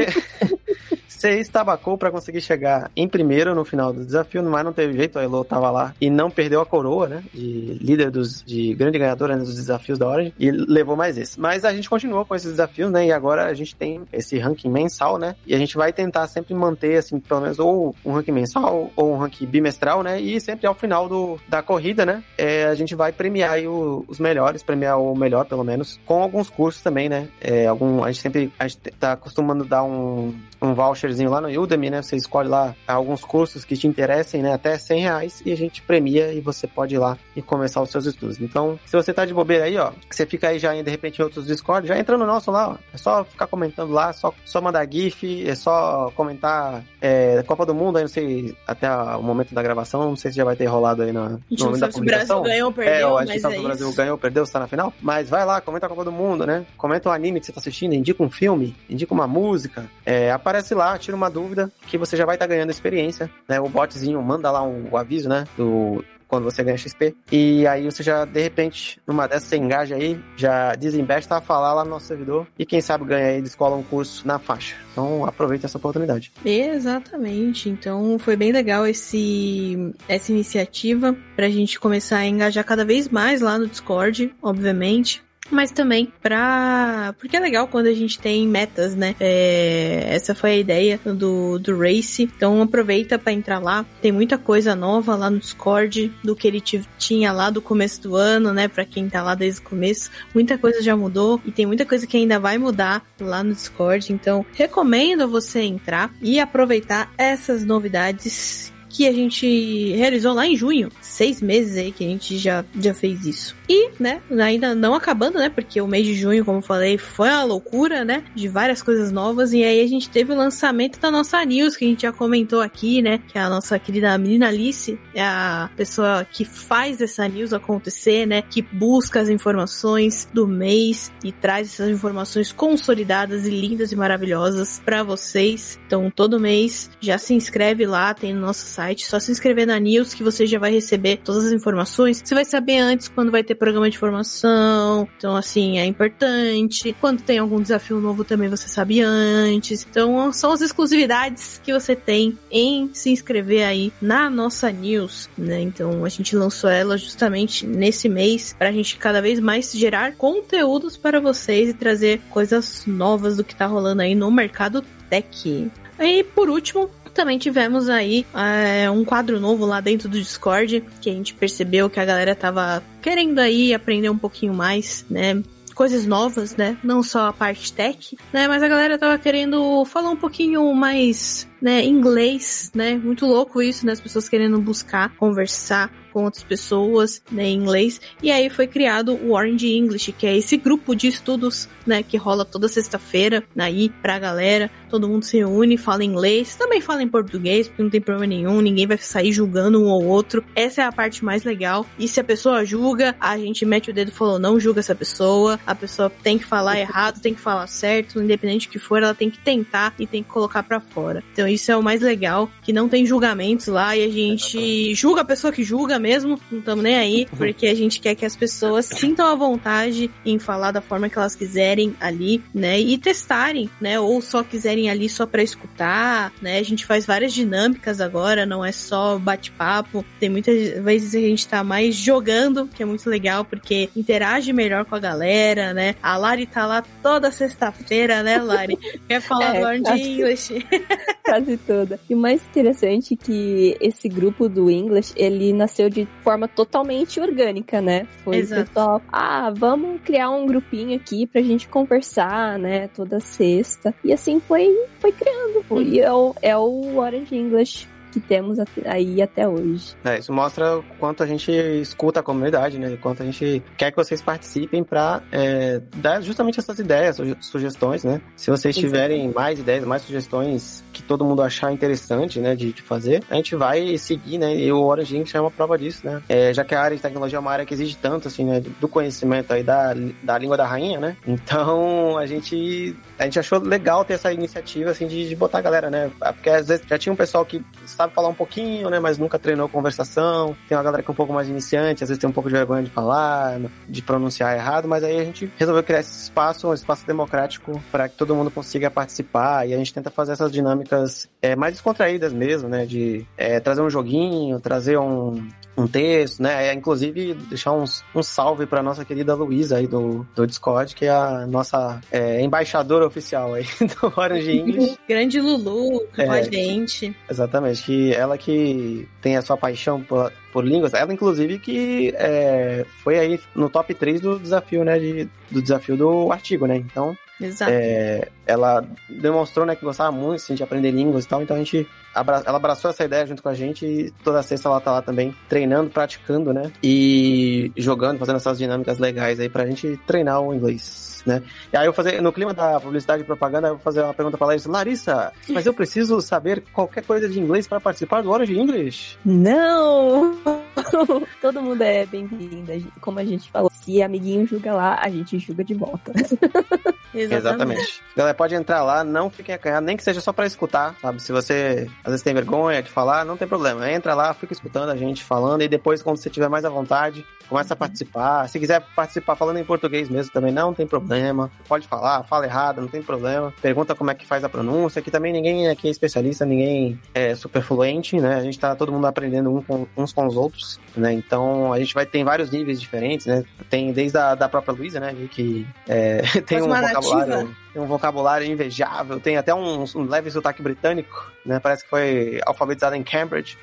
Você estabacou pra conseguir chegar em primeiro no final do desafio, mas não teve jeito, a Elo tava lá e não perdeu a coroa, né, de líder dos, de grande ganhadora, né, dos desafios da Origin, e levou mais esse. Mas a gente continuou com esses desafios, né, e agora a gente tem esse ranking mensal, né, e a gente vai tentar sempre manter, assim, pelo menos ou um ranking mensal ou um ranking bimestral, né, e sempre ao final do, da corrida, né, é, a gente vai premiar aí o, os melhores, premiar o melhor, pelo menos, com alguns cursos também, né, é, algum, a gente sempre, a gente tá acostumando dar um, um voucher lá no Udemy, né? Você escolhe lá alguns cursos que te interessem, né? Até cem reais e a gente premia e você pode ir lá e começar os seus estudos. Então, se você tá de bobeira aí, ó, você fica aí já de repente em outros Discord, já entra no nosso lá, ó. É só ficar comentando lá, só, só mandar GIF, é só comentar é, Copa do Mundo, aí não sei, até o momento da gravação, não sei se já vai ter rolado aí na, no momento da publicação. Se o Brasil ganhou ou perdeu, é, ó, a gente sabe se o Brasil isso. ganhou ou perdeu, se tá na final, mas vai lá, comenta a Copa do Mundo, né? Comenta o anime que você tá assistindo, indica um filme, indica uma música, é, aparece lá, tira uma dúvida, que você já vai estar tá ganhando experiência, né? O botzinho manda lá um, o aviso, né? Do, quando você ganha X P. E aí você já, de repente, numa dessas, você engaja aí, já desinvesta a falar lá no nosso servidor e quem sabe ganha aí, descola um curso na faixa. Então aproveita essa oportunidade. Exatamente. Então foi bem legal esse, essa iniciativa pra gente começar a engajar cada vez mais lá no Discord, obviamente. Mas também pra... porque é legal quando a gente tem metas, né? É... Essa foi a ideia do, do Race. Então aproveita pra entrar lá. Tem muita coisa nova lá no Discord do que ele t- tinha lá do começo do ano, né? Pra quem tá lá desde o começo. Muita coisa já mudou e tem muita coisa que ainda vai mudar lá no Discord. Então recomendo você entrar e aproveitar essas novidades que a gente realizou lá em junho. Seis meses aí que a gente já, já fez isso. E, né, ainda não acabando, né, porque o mês de junho, como eu falei, foi uma loucura, né, de várias coisas novas, e aí a gente teve o lançamento da nossa news, que a gente já comentou aqui, né, que a nossa querida menina Alice é a pessoa que faz essa news acontecer, né, que busca as informações do mês e traz essas informações consolidadas e lindas e maravilhosas pra vocês. Então, todo mês, já se inscreve lá, tem no nosso site, só se inscrever na news que você já vai receber todas as informações. Você vai saber antes quando vai ter programa de formação, então assim, é importante. Quando tem algum desafio novo também você sabe antes. Então são as exclusividades que você tem em se inscrever aí na nossa news, né? Então a gente lançou ela justamente nesse mês pra gente cada vez mais gerar conteúdos para vocês e trazer coisas novas do que tá rolando aí no mercado tech. E por último, também tivemos aí é, um quadro novo lá dentro do Discord, que a gente percebeu que a galera tava querendo aí aprender um pouquinho mais, né? Coisas novas, né? Não só a parte tech, né? Mas a galera tava querendo falar um pouquinho mais, né, inglês, né? Muito louco isso, né? As pessoas querendo buscar, conversar com outras pessoas, né, em inglês. E aí foi criado o Orange English, que é esse grupo de estudos, né, que rola toda sexta-feira aí pra galera. Todo mundo se reúne, fala inglês, também fala em português, porque não tem problema nenhum, ninguém vai sair julgando um ou outro. Essa é a parte mais legal. E se a pessoa julga, a gente mete o dedo e falou, não julga essa pessoa. A pessoa tem que falar errado, tem que falar certo, independente do que for, ela tem que tentar e tem que colocar pra fora. Então isso é o mais legal, que não tem julgamentos lá e a gente julga a pessoa que julga mesmo, não estamos nem aí, porque a gente quer que as pessoas sintam a vontade em falar da forma que elas quiserem ali, né, e testarem, né, ou só quiserem ali só pra escutar, né, a gente faz várias dinâmicas agora, não é só bate-papo, tem muitas vezes a gente tá mais jogando, que é muito legal, porque interage melhor com a galera, né, a Lari tá lá toda sexta-feira, né, Lari? Quer falar é, do Orange English? fase toda. E o mais interessante é que esse grupo do English, ele nasceu de forma totalmente orgânica, né? Foi Exato. o pessoal, ah, vamos criar um grupinho aqui pra gente conversar, né? Toda sexta. E assim foi, foi criando. Foi. E é o, é o Orange English que temos aí até hoje. É, isso mostra o quanto a gente escuta a comunidade, né? O quanto a gente quer que vocês participem para é, dar justamente essas ideias, sugestões, né? Se vocês tiverem Exato. mais ideias, mais sugestões que todo mundo achar interessante, né, de, de fazer, a gente vai seguir, né? E o Orange English é uma prova disso, né? É, já que a área de tecnologia é uma área que exige tanto, assim, né? Do conhecimento aí da, da língua da rainha, né? Então, a gente... A gente achou legal ter essa iniciativa, assim, de, de botar a galera, né? Porque às vezes já tinha um pessoal que sabe falar um pouquinho, né? Mas nunca treinou conversação. Tem uma galera que é um pouco mais iniciante, às vezes tem um pouco de vergonha de falar, de pronunciar errado. Mas aí a gente resolveu criar esse espaço, um espaço democrático para que todo mundo consiga participar. E a gente tenta fazer essas dinâmicas é, mais descontraídas mesmo, né? De é, trazer um joguinho, trazer um... um texto, né? É, inclusive, deixar uns, um salve pra nossa querida Luísa aí do, do Discord, que é a nossa é, embaixadora oficial aí do Orange English. Grande Lulu, é, com a gente. Exatamente, que ela que tem a sua paixão por, por línguas, ela inclusive que é, foi aí no top três do desafio, né? De, do desafio do artigo, né? Então, Exato. É, ela demonstrou, né, que gostava muito assim, de aprender línguas e tal, então a gente abra- ela abraçou essa ideia junto com a gente e toda sexta ela tá lá também treinando, praticando, né, e jogando, fazendo essas dinâmicas legais aí pra gente treinar o inglês, né. E aí eu vou fazer, no clima da publicidade e propaganda, eu vou fazer uma pergunta pra Larissa. Larissa, mas eu preciso saber qualquer coisa de inglês para participar do Orange English? Não! Todo mundo é bem-vindo, como a gente falou. Se amiguinho julga lá, a gente julga de volta. Exatamente. Exatamente. Galera, pode entrar lá, não fiquem acanhados, nem que seja só pra escutar, sabe? Se você às vezes tem vergonha de falar, não tem problema. Entra lá, fica escutando a gente falando e depois, quando você tiver mais à vontade, começa a participar. Se quiser participar falando em português mesmo também, não tem problema. Pode falar, fala errado, não tem problema. Pergunta como é que faz a pronúncia, que também ninguém aqui é especialista, ninguém é super fluente, né? A gente tá todo mundo aprendendo um com, uns com os outros, né? Então, a gente vai ter vários níveis diferentes, né? Tem desde a da própria Luísa, né? Que é, tem um vocabulário... Tem um vocabulário invejável, tem até um, um leve sotaque britânico, né? Parece que foi alfabetizado em Cambridge.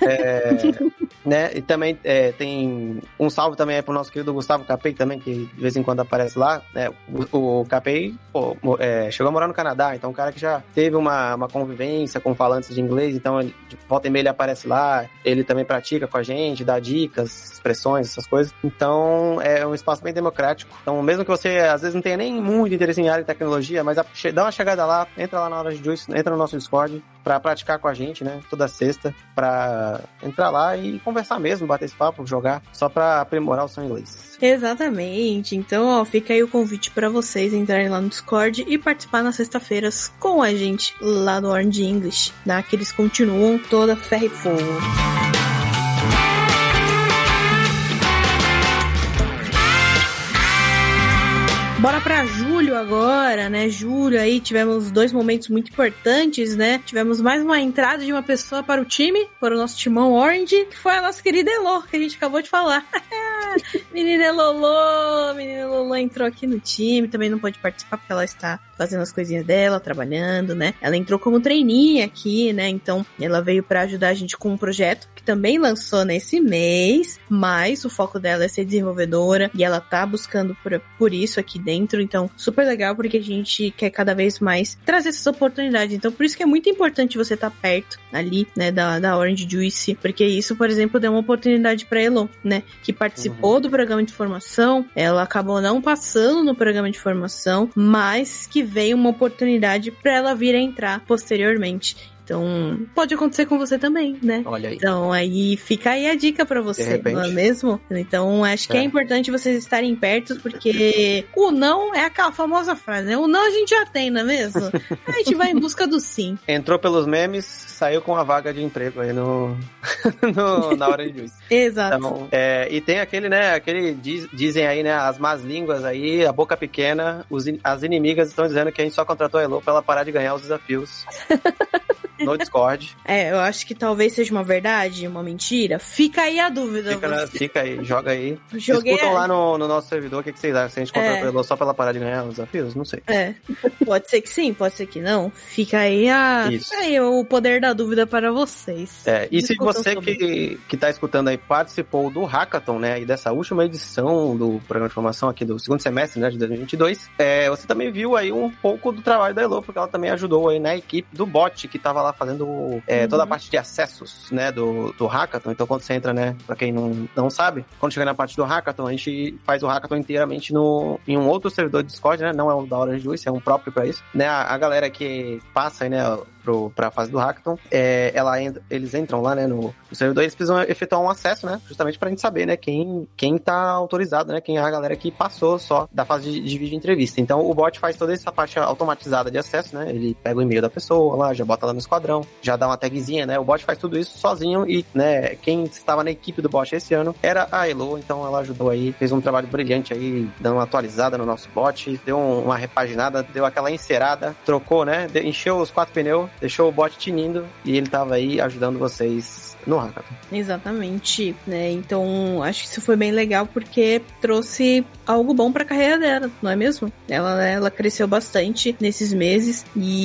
é, né? E também é, tem um salve também aí pro nosso querido Gustavo Capei também, que de vez em quando aparece lá, né? O, o Capei, pô, é, chegou a morar no Canadá, então um cara que já teve uma, uma convivência com falantes de inglês, então ele, de volta e meia ele aparece lá, ele também pratica com a gente, dá dicas, expressões, essas coisas. Então é um espaço bem democrático. Então mesmo que você às vezes não tenha nem muito interesse em área de tecnologia, mas a, dá uma chegada lá, entra lá na hora de Juice, entra no nosso Discord pra praticar com a gente, né, toda sexta, pra entrar lá e conversar mesmo, bater esse papo, jogar, só pra aprimorar o seu inglês. Exatamente, então ó, fica aí o convite pra vocês entrarem lá no Discord e participar nas sextas-feiras com a gente lá no Orange English, né, que eles continuam toda ferro e fogo. Bora pra julho agora, né? Julho aí tivemos dois momentos muito importantes, né? Tivemos mais uma entrada de uma pessoa para o time, para o nosso timão Orange, que foi a nossa querida Elo, que a gente acabou de falar. Menina Elolô, menina Elolô entrou aqui no time, também não pode participar porque ela está fazendo as coisinhas dela, trabalhando, né? Ela entrou como trainee aqui, né? Então, ela veio pra ajudar a gente com um projeto que também lançou nesse mês, mas o foco dela é ser desenvolvedora e ela tá buscando por, por isso aqui dentro. Então, super legal porque a gente quer cada vez mais trazer essas oportunidades. Então, por isso que é muito importante você estar tá perto ali, né, da, da Orange Juice, porque isso, por exemplo, deu uma oportunidade pra Elo, né? Que participou uhum. do programa de formação, ela acabou não passando no programa de formação, mas que veio uma oportunidade para ela vir a entrar posteriormente. Então, pode acontecer com você também, né? Olha aí. Então, aí fica aí a dica pra você, não é mesmo? Então, acho que é. é importante vocês estarem perto, porque o não é aquela famosa frase, né? O não a gente já tem, não é mesmo? A gente vai em busca do sim. Entrou pelos memes, saiu com a vaga de emprego aí no, no na hora de juiz. Exato. Então, é, e tem aquele, né, aquele, diz, dizem aí, né, as más línguas aí, a boca pequena, os, as inimigas estão dizendo que a gente só contratou a Elo pra ela parar de ganhar os desafios. no Discord. É, eu acho que talvez seja uma verdade, uma mentira. Fica aí a dúvida. Fica, na, fica aí, joga aí. Joguei Escutam aí. lá no, no nosso servidor o que, que vocês acham. Se a gente compra É. o Elo só pra ela parar de ganhar os desafios, não sei. É, pode ser que sim, pode ser que não. Fica aí, a, Isso. fica aí o poder da dúvida para vocês. É, e se Discutam você sobre. que, que tá escutando aí participou do Hackathon, né, e dessa última edição do programa de formação aqui do segundo semestre, né, de dois mil e vinte e dois, é, você também viu aí um pouco do trabalho da Elo, porque ela também ajudou aí na equipe do bot, que tava lá fazendo é, Uhum. toda a parte de acessos, né, do, do Hackathon. Então, quando você entra, né, pra quem não, não sabe, quando chega na parte do Hackathon, a gente faz o Hackathon inteiramente no, em um outro servidor de Discord, né, não é o da Orange Juice, é um próprio pra isso, né, a, a galera que passa aí, né, pro, pra fase do Hackathon, é, ela entra, eles entram lá, né, no, no servidor, eles precisam efetuar um acesso, né, justamente pra gente saber, né, quem, quem tá autorizado, né, quem é a galera que passou só da fase de, de vídeo entrevista. Então, o bot faz toda essa parte automatizada de acesso, né, ele pega o e-mail da pessoa lá, já bota lá no esquadrão, já dá uma tagzinha, né, o bot faz tudo isso sozinho e, né, quem estava na equipe do bot esse ano era a Elo, então ela ajudou aí, fez um trabalho brilhante aí, dando uma atualizada no nosso bot, deu um, uma repaginada, deu aquela encerada, trocou, né, de, encheu os quatro pneus, deixou o bot tinindo e ele tava aí ajudando vocês no Hackathon. Exatamente, né? Então, acho que isso foi bem legal porque trouxe algo bom pra carreira dela, não é mesmo? Ela, ela cresceu bastante nesses meses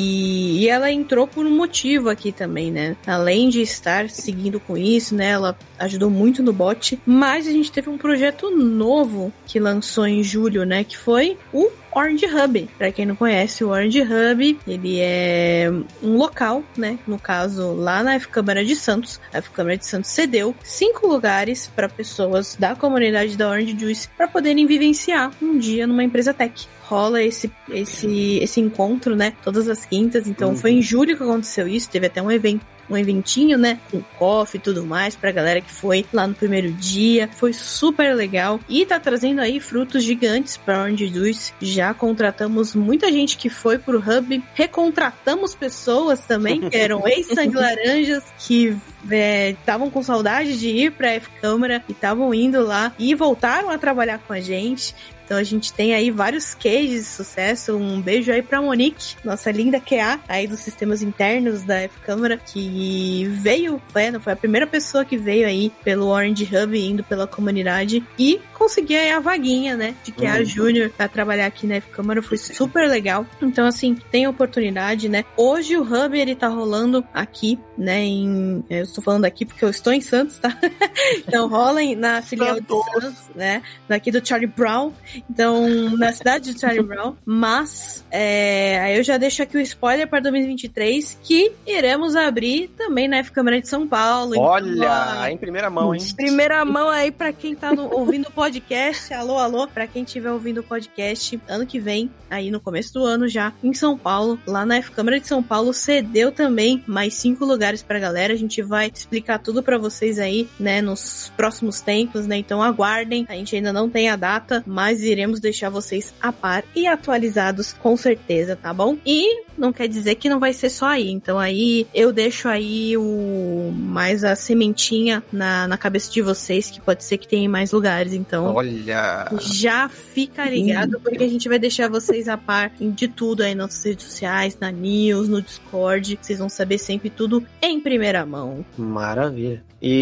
e, e ela entrou por um motivo aqui também, né? Além de estar seguindo com isso, né? Ela ajudou muito no bot, mas a gente teve um projeto novo que lançou em julho, né? Que foi o Orange Hub. Pra quem não conhece, o Orange Hub, ele é um local, né? No caso, lá na F-Câmara de Santos. A F-Câmara de Santos cedeu cinco lugares para pessoas da comunidade da Orange Juice para poderem vivenciar um dia numa empresa tech. Rola esse, esse, esse encontro, né? Todas as quintas. Então, uhum. Foi em julho que aconteceu isso. Teve até um evento. Um eventinho, né, com coffee e tudo mais pra galera que foi lá no primeiro dia. Foi super legal e tá trazendo aí frutos gigantes pra Orange Juice. Já contratamos muita gente que foi pro Hub, recontratamos pessoas também que eram ex-sangue laranjas que estavam é, com saudade de ir pra F-Câmara e estavam indo lá e voltaram a trabalhar com a gente. Então a gente tem aí vários cases de sucesso. Um beijo aí pra Monique, nossa linda Q A aí dos sistemas internos da F-Câmara, que veio, foi, foi a primeira pessoa que veio aí pelo Orange Hub, indo pela comunidade e conseguiu aí a vaguinha, né, de Q A uhum. Júnior pra trabalhar aqui na F-Câmara. Foi super legal. Então assim, tem oportunidade, né. Hoje o Hub, ele tá rolando aqui, né, em... Eu estou falando aqui porque eu estou em Santos, tá? Então rola na filial de Santos, né, daqui do Charlie Brown. Então, na cidade de Charlie Brown. Mas, é, aí eu já deixo aqui o spoiler para dois mil e vinte e três, que iremos abrir também na F-Câmara de São Paulo. Olha, então, em primeira mão, hein? Primeira mão aí para quem tá no, ouvindo o podcast. Alô, alô, para quem estiver ouvindo o podcast, ano que vem, aí no começo do ano já, em São Paulo, lá na F-Câmara de São Paulo, cedeu também mais cinco lugares pra galera. A gente vai explicar tudo para vocês aí, né, nos próximos tempos, né? Então aguardem, a gente ainda não tem a data, mas iremos deixar vocês a par e atualizados com certeza, tá bom? E não quer dizer que não vai ser só aí. Então aí eu deixo aí o mais a sementinha na, na cabeça de vocês, que pode ser que tenha mais lugares. Então, olha, já fica ligado, porque a gente vai deixar vocês a par de tudo aí nas redes sociais, na news, no Discord. Vocês vão saber sempre tudo em primeira mão. Maravilha.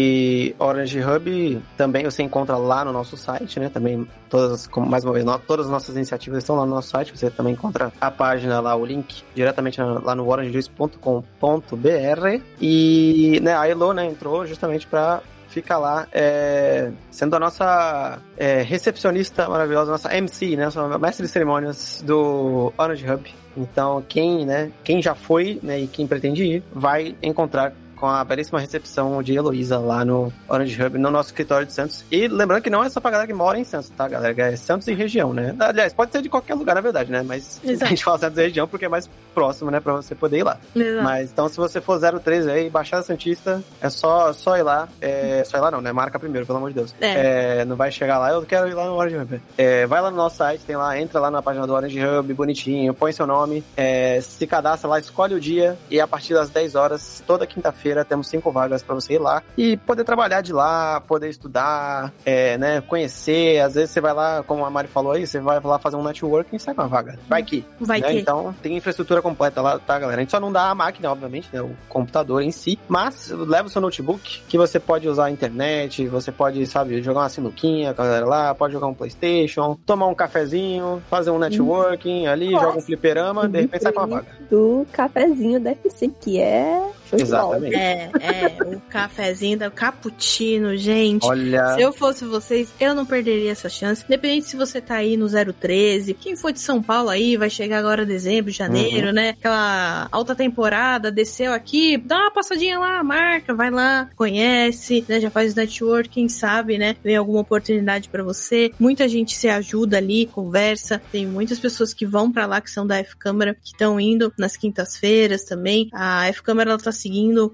E Orange Hub também você encontra lá no nosso site, né? Também todas, mais uma vez, todas as nossas iniciativas estão lá no nosso site. Você também encontra a página lá, o link diretamente lá no orange juice ponto com ponto b r. E, né, a Elo, né, entrou justamente para fica lá, é, sendo a nossa é, recepcionista maravilhosa, nossa M C, né, nossa mestre de cerimônias do Orange Hub. Então, quem, né, quem já foi, né, e quem pretende ir, vai encontrar com a belíssima recepção de Heloísa lá no Orange Hub, no nosso escritório de Santos. E lembrando que não é só pra galera que mora em Santos, tá, galera? É Santos e região, né? Aliás, pode ser de qualquer lugar, na verdade, né? Mas exato, a gente fala Santos e região porque é mais próximo, né? Pra você poder ir lá. Exato. Mas, então, se você for zero três aí, Baixada Santista, é só, só ir lá. É, só ir lá não, né? Marca primeiro, pelo amor de Deus. É. É, não vai chegar lá, eu quero ir lá no Orange Hub. É, vai lá no nosso site, tem lá, entra lá na página do Orange Hub, bonitinho, põe seu nome, é, se cadastra lá, escolhe o dia e a partir das dez horas, toda quinta-feira, temos cinco vagas para você ir lá e poder trabalhar de lá, poder estudar, é, né, conhecer. Às vezes você vai lá, como a Mari falou aí, você vai lá fazer um networking e sai com uma vaga. Vai que. Vai né? que. Então, tem infraestrutura completa lá, tá, galera? A gente só não dá a máquina, obviamente, né? O computador em si, mas leva o seu notebook, que você pode usar a internet, você pode, sabe, jogar uma sinuquinha com a galera lá, pode jogar um PlayStation, tomar um cafezinho, fazer um networking ali, Nossa. joga um fliperama, de repente sai com uma vaga. Do cafezinho da F C, que é... Exatamente. É, é, o cafezinho da cappuccino, gente. Olha... Se eu fosse vocês, eu não perderia essa chance. Independente se você tá aí no zero treze, quem for de São Paulo aí, vai chegar agora dezembro, janeiro, uhum. né? Aquela alta temporada, desceu aqui, dá uma passadinha lá, marca, vai lá, conhece, né? Já faz o networking, sabe, né? Vem alguma oportunidade pra você. Muita gente se ajuda ali, conversa. Tem muitas pessoas que vão pra lá, que são da F-Câmara, que estão indo nas quintas-feiras também. A F-Câmara, ela tá seguindo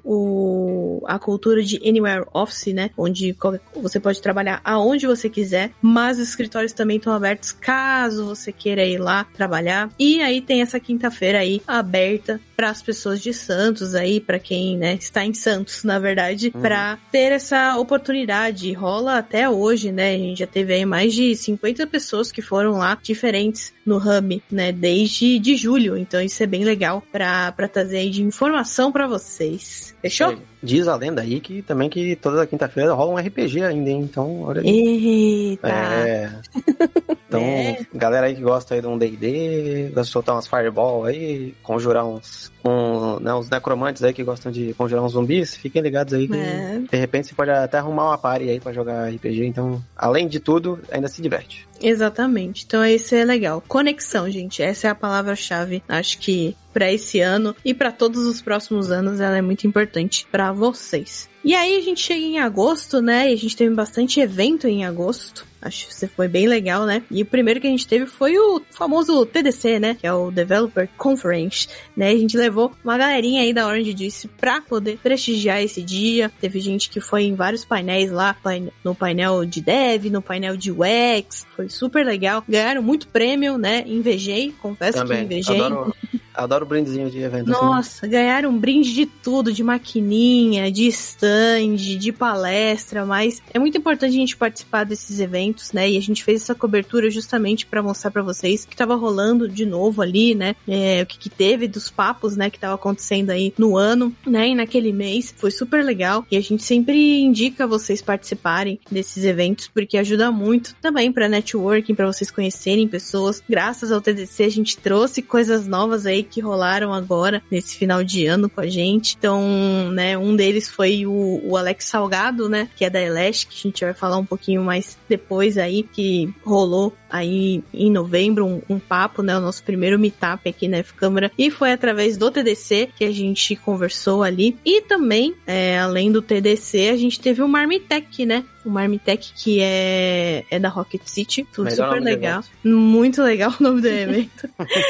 o, a cultura de Anywhere Office, né? Onde você pode trabalhar aonde você quiser, mas os escritórios também estão abertos caso você queira ir lá trabalhar. E aí tem essa quinta-feira aí aberta para as pessoas de Santos aí, para quem, né, está em Santos, na verdade, uhum. para ter essa oportunidade. Rola até hoje, né? A gente já teve aí mais de cinquenta pessoas que foram lá, diferentes no Hub, né? Desde de julho. Então isso é bem legal para para trazer aí de informação para vocês. Fechou? Sei. Diz a lenda aí que também que toda quinta-feira rola um R P G ainda, hein? Então, olha aí. Eita! É. Então, é. galera aí que gosta aí de um D e D, gosta de soltar umas fireball aí, conjurar uns, um, né, uns necromantes aí que gostam de conjurar uns zumbis, fiquem ligados aí que é. de repente você pode até arrumar uma party aí pra jogar R P G, então, além de tudo, ainda se diverte. Exatamente. Então, isso é legal. Conexão, gente. Essa é a palavra-chave. Acho que para esse ano e para todos os próximos anos ela é muito importante para vocês. E aí a gente chega em agosto, né? E a gente teve bastante evento em agosto. Acho que foi bem legal, né? E o primeiro que a gente teve foi o famoso T D C, né? Que é o Developer Conference, né? A gente levou uma galerinha aí da Orange Juice pra poder prestigiar esse dia. Teve gente que foi em vários painéis lá, no painel de Dev, no painel de U X. Foi super legal. Ganharam muito prêmio, né? Invejei, confesso Também. que invejei. Adoro, adoro brindezinho de evento. Nossa, assim. Ganharam um brinde de tudo, de maquininha, de stand, de palestra, mas é muito importante a gente participar desses eventos, né? E a gente fez essa cobertura justamente para mostrar para vocês o que tava rolando de novo ali, né? É, o que, que teve dos papos, né? Que tava acontecendo aí no ano, né? E naquele mês. Foi super legal. E a gente sempre indica vocês participarem desses eventos, porque ajuda muito também para networking, para vocês conhecerem pessoas. Graças ao T D C, a gente trouxe coisas novas aí que rolaram agora, nesse final de ano com a gente. Então, né? Um deles foi o, o Alex Salgado, né? Que é da Elastic, que a gente vai falar um pouquinho mais depois aí, que rolou aí em novembro um, um papo, né, o nosso primeiro meetup aqui na F-Câmara, e foi através do T D C que a gente conversou ali. E também, é, além do T D C, a gente teve o Marmitech, né, o Marmitech que é, é da Rocket City, tudo Melhor super legal, muito legal o nome do evento.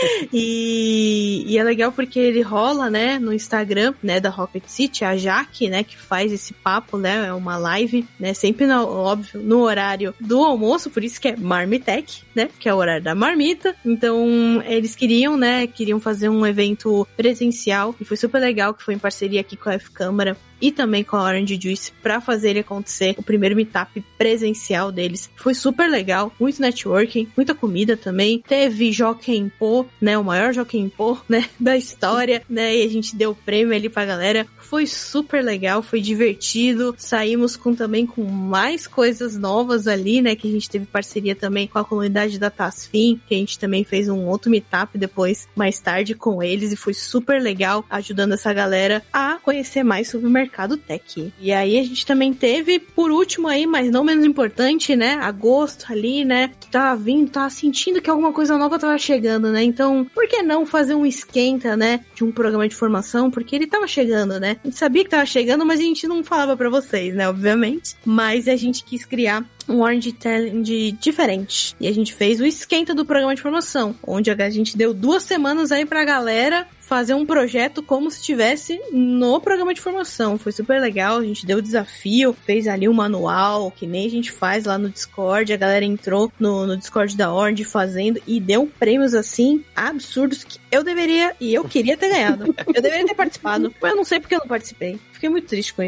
e, e é legal porque ele rola, né, no Instagram, né, da Rocket City, a Jaque, né, que faz esse papo, né, é uma live, né, sempre, no, óbvio, no horário do almoço, por isso que é Marmitech, né, que é o horário da marmita. Então, eles queriam, né, queriam fazer um evento presencial, e foi super legal, que foi em parceria aqui com a F-Câmara e também com a Orange Juice pra fazer ele acontecer, o primeiro meetup presencial deles. Foi super legal, muito networking, muita comida também. Teve Joaquim Pô, né, o maior Joaquim Pô, né, da história, né, e a gente deu prêmio ali pra galera. Foi super legal, foi divertido. Saímos com também com mais coisas novas ali, né, que a gente teve parceria também com a comunidade da Tasfin, que a gente também fez um outro meetup depois, mais tarde, com eles, e foi super legal, ajudando essa galera a conhecer mais sobre o mercado tech. E aí a gente também teve, por último aí, mas não menos importante, né, agosto ali, né, que tava vindo, tava sentindo que alguma coisa nova tava chegando, né, então, por que não fazer um esquenta, né, de um programa de formação, porque ele tava chegando, né, a gente sabia que tava chegando, mas a gente não falava pra vocês, né, obviamente, mas a gente quis criar um Orange Challenge diferente. E a gente fez o esquenta do programa de formação, onde a gente deu duas semanas aí pra galera fazer um projeto como se estivesse no programa de formação. Foi super legal, a gente deu o desafio, fez ali um manual, que nem a gente faz lá no Discord, a galera entrou no, no Discord da Orange fazendo e deu prêmios assim, absurdos, que eu deveria, e eu queria ter ganhado. Eu deveria ter participado, mas eu não sei porque eu não participei. Fiquei muito triste com isso.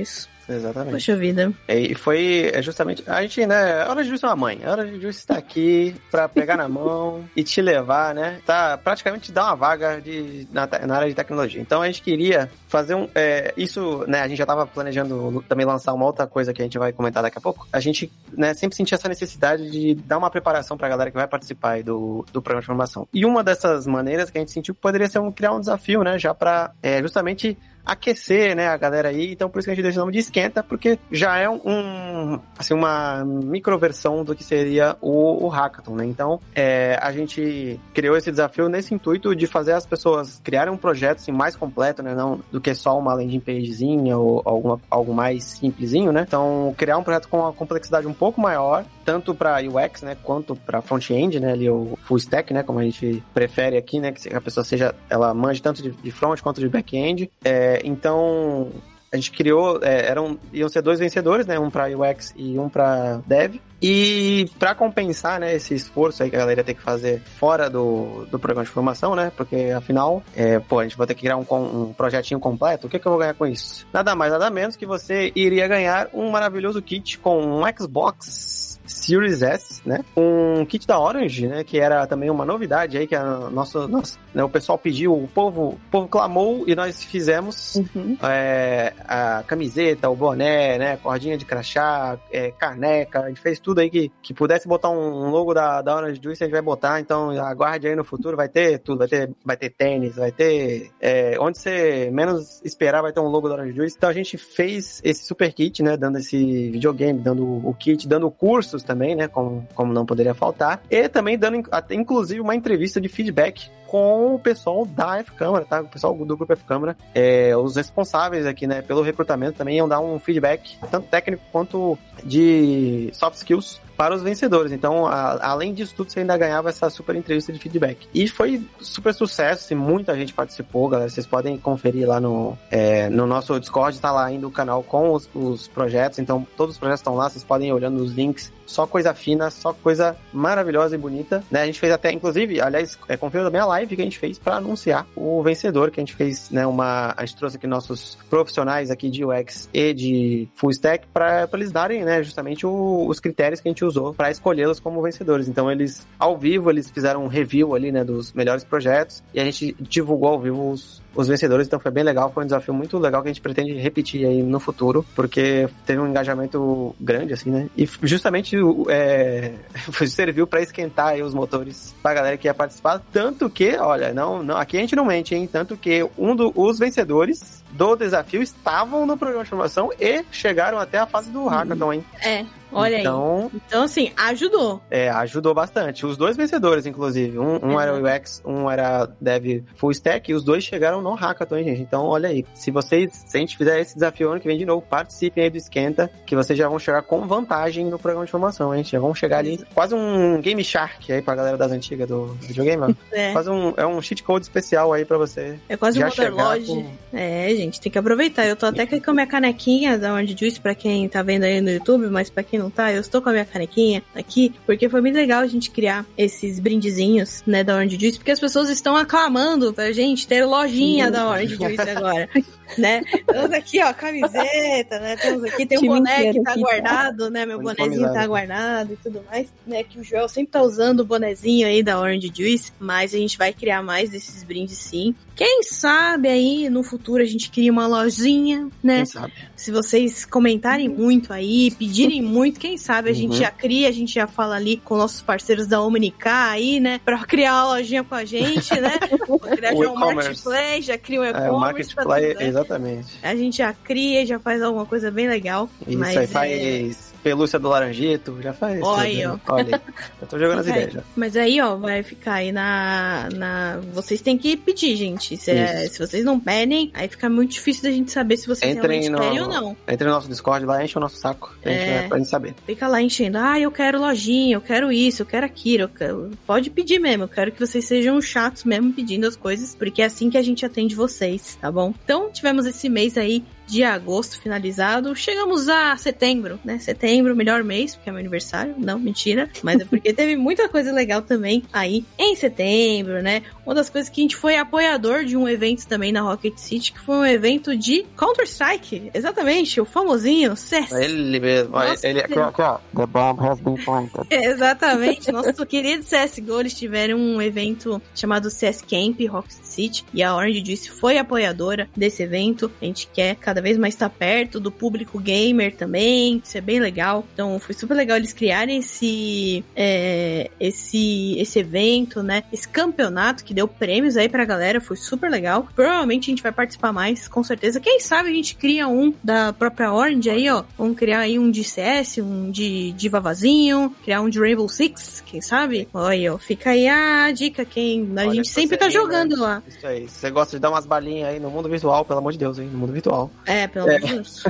Exatamente. Poxa vida. E foi justamente... A gente, né? A Hora de Juice é uma mãe. A Hora de Juice está aqui pra pegar na mão e te levar, né? Tá praticamente te dar uma vaga de, na, na área de tecnologia. Então a gente queria fazer um... É, isso, né? A gente já tava planejando também lançar uma outra coisa que a gente vai comentar daqui a pouco. A gente, né, sempre sentia essa necessidade de dar uma preparação pra galera que vai participar aí do, do programa de formação. E uma dessas maneiras que a gente sentiu que poderia ser um, criar um desafio, né? Já pra é, justamente... aquecer, né, a galera aí, então por isso que a gente deixa o nome de Esquenta, porque já é um, assim, uma microversão do que seria o, o Hackathon, né, então é, a gente criou esse desafio nesse intuito de fazer as pessoas criarem um projeto, assim, mais completo, né, não do que só uma landing pagezinha ou alguma, algo mais simplesinho, né, então criar um projeto com uma complexidade um pouco maior, tanto para U X, né, quanto para front-end, né, ali o full stack, né, como a gente prefere aqui, né, que a pessoa seja, ela manje tanto de, de front quanto de back-end, é, então, a gente criou, é, eram, iam ser dois vencedores, né? Um para U X e um para Dev. E para compensar, né, esse esforço aí que a galera ia ter que fazer fora do, do programa de formação, né? Porque, afinal, é, pô, a gente vai ter que criar um, um projetinho completo. O que, que eu vou ganhar com isso? Nada mais, nada menos que você iria ganhar um maravilhoso kit com um Xbox Series S, né? Um kit da Orange, né? Que era também uma novidade aí, que a nosso, nosso, né, o pessoal pediu, o povo, o povo clamou e nós fizemos uhum. é, a camiseta, o boné, né? Cordinha de crachá, é, caneca, a gente fez tudo aí que, que pudesse botar um logo da, da Orange Juice, a gente vai botar, então aguarde aí no futuro, vai ter tudo, vai ter, vai ter tênis, vai ter, é, onde você menos esperar vai ter um logo da Orange Juice, então a gente fez esse super kit, né, dando esse videogame, dando o kit, dando cursos também, né, como, como não poderia faltar, e também dando, até, inclusive, uma entrevista de feedback com o pessoal da F-Câmara, tá? O pessoal do grupo F-Câmara, é, os responsáveis aqui, né, pelo recrutamento também iam dar um feedback, tanto técnico quanto de soft skills para os vencedores. Então, a, além disso tudo, você ainda ganhava essa super entrevista de feedback. E foi super sucesso, assim, muita gente participou, galera. Vocês podem conferir lá no, é, no nosso Discord, tá lá ainda o canal com os, os projetos. Então, todos os projetos estão lá, vocês podem ir olhando os links. Só coisa fina, só coisa maravilhosa e bonita, né? A gente fez até, inclusive, aliás, é, confira também a live que a gente fez para anunciar o vencedor, que a gente fez, né, uma... A gente trouxe aqui nossos profissionais aqui de U X e de Full Stack para eles darem, né, justamente o, os critérios que a gente usou para escolhê-los como vencedores. Então, eles, ao vivo, eles fizeram um review ali, né, dos melhores projetos e a gente divulgou ao vivo os os vencedores, então foi bem legal, foi um desafio muito legal que a gente pretende repetir aí no futuro, porque teve um engajamento grande, assim, né, e justamente é, serviu pra esquentar aí os motores pra galera que ia participar, tanto que, olha, não, não, aqui a gente não mente, hein, tanto que um dos vencedores do desafio estavam no programa de formação e chegaram até a fase do Hackathon, hein. É. Olha então, aí. Então, assim, ajudou. É, ajudou bastante. Os dois vencedores, inclusive. Um, um é. era U X, um era Dev Full Stack, e os dois chegaram no Hackathon, hein, gente? Então, olha aí. Se vocês, se a gente fizer esse desafio ano que vem de novo, participem aí do Esquenta, que vocês já vão chegar com vantagem no programa de formação, hein? Já vão chegar ali, quase um Game Shark aí pra galera das antigas do videogame, ó. É. Quase um, é um cheat code especial aí pra você. É quase já um Motherlode. Com... É, gente, tem que aproveitar. Eu tô até com a minha canequinha da Orange Juice, pra quem tá vendo aí no YouTube, mas pra quem não tá, eu estou com a minha canequinha aqui, porque foi muito legal a gente criar esses brindezinhos, né, da Orange Juice, porque as pessoas estão aclamando pra gente ter lojinha da Orange Juice agora, né? Temos aqui, ó, camiseta, né? Temos aqui, tem um boné que tá guardado, né? Meu bonezinho tá guardado e tudo mais, né? Que o Joel sempre tá usando o bonezinho aí da Orange Juice, mas a gente vai criar mais desses brindes sim. Quem sabe aí, no futuro, a gente cria uma lojinha, né? Quem sabe? Se vocês comentarem muito aí, pedirem muito, quem sabe a gente uhum. já cria, a gente já fala ali com nossos parceiros da Omnicá aí, né? Pra criar uma lojinha com a gente, né? Pra criar já um marketplace, já cria um e-commerce. É, o marketplace, tá exatamente. A gente já cria, já faz alguma coisa bem legal. Isso mas aí faz... É... pelúcia do laranjito, já faz. Olha, tudo, olha, eu tô jogando as ideias já. Mas aí, ó, vai ficar aí na... na... Vocês têm que pedir, gente. Se, é, se vocês não pedem, aí fica muito difícil da gente saber se vocês Entrem realmente no... querem ou não. Entre no nosso Discord lá, enche o nosso saco. A gente, é... né, pra gente saber. Fica lá enchendo. Ah, eu quero lojinha, eu quero isso, eu quero aquilo. Eu quero... Pode pedir mesmo. Eu quero que vocês sejam chatos mesmo pedindo as coisas, porque é assim que a gente atende vocês, tá bom? Então, tivemos esse mês aí de agosto finalizado, chegamos a setembro, né? Setembro, melhor mês, porque é meu aniversário. Não, mentira. Mas é porque teve muita coisa legal também aí em setembro, né? Uma das coisas que a gente foi apoiador de um evento também na Rocket City, que foi um evento de Counter-Strike. Exatamente, o famosinho C S. Ele mesmo. Nossa, ele aqui, aqui, ó. The bomb has been planted. Exatamente. Nosso querido C S G O, eles tiveram um evento chamado C S Camp Rocket City, e a Orange Juice foi apoiadora desse evento. A gente quer cada vez mais estar perto do público gamer também, isso é bem legal. Então foi super legal eles criarem esse é, esse, esse evento, né? Esse campeonato que deu prêmios aí pra galera, foi super legal. Provavelmente a gente vai participar mais, com certeza. Quem sabe a gente cria um da própria Orange aí, ó. Vamos criar aí um de C S, um de, de Vavazinho, criar um de Rainbow Six, quem sabe? Olha, ó, fica aí a dica, quem a Olha, gente sempre tá jogando, né, lá. Isso aí, você gosta de dar umas balinhas aí no mundo virtual, pelo amor de Deus, hein? No mundo virtual. É, pelo amor de Deus.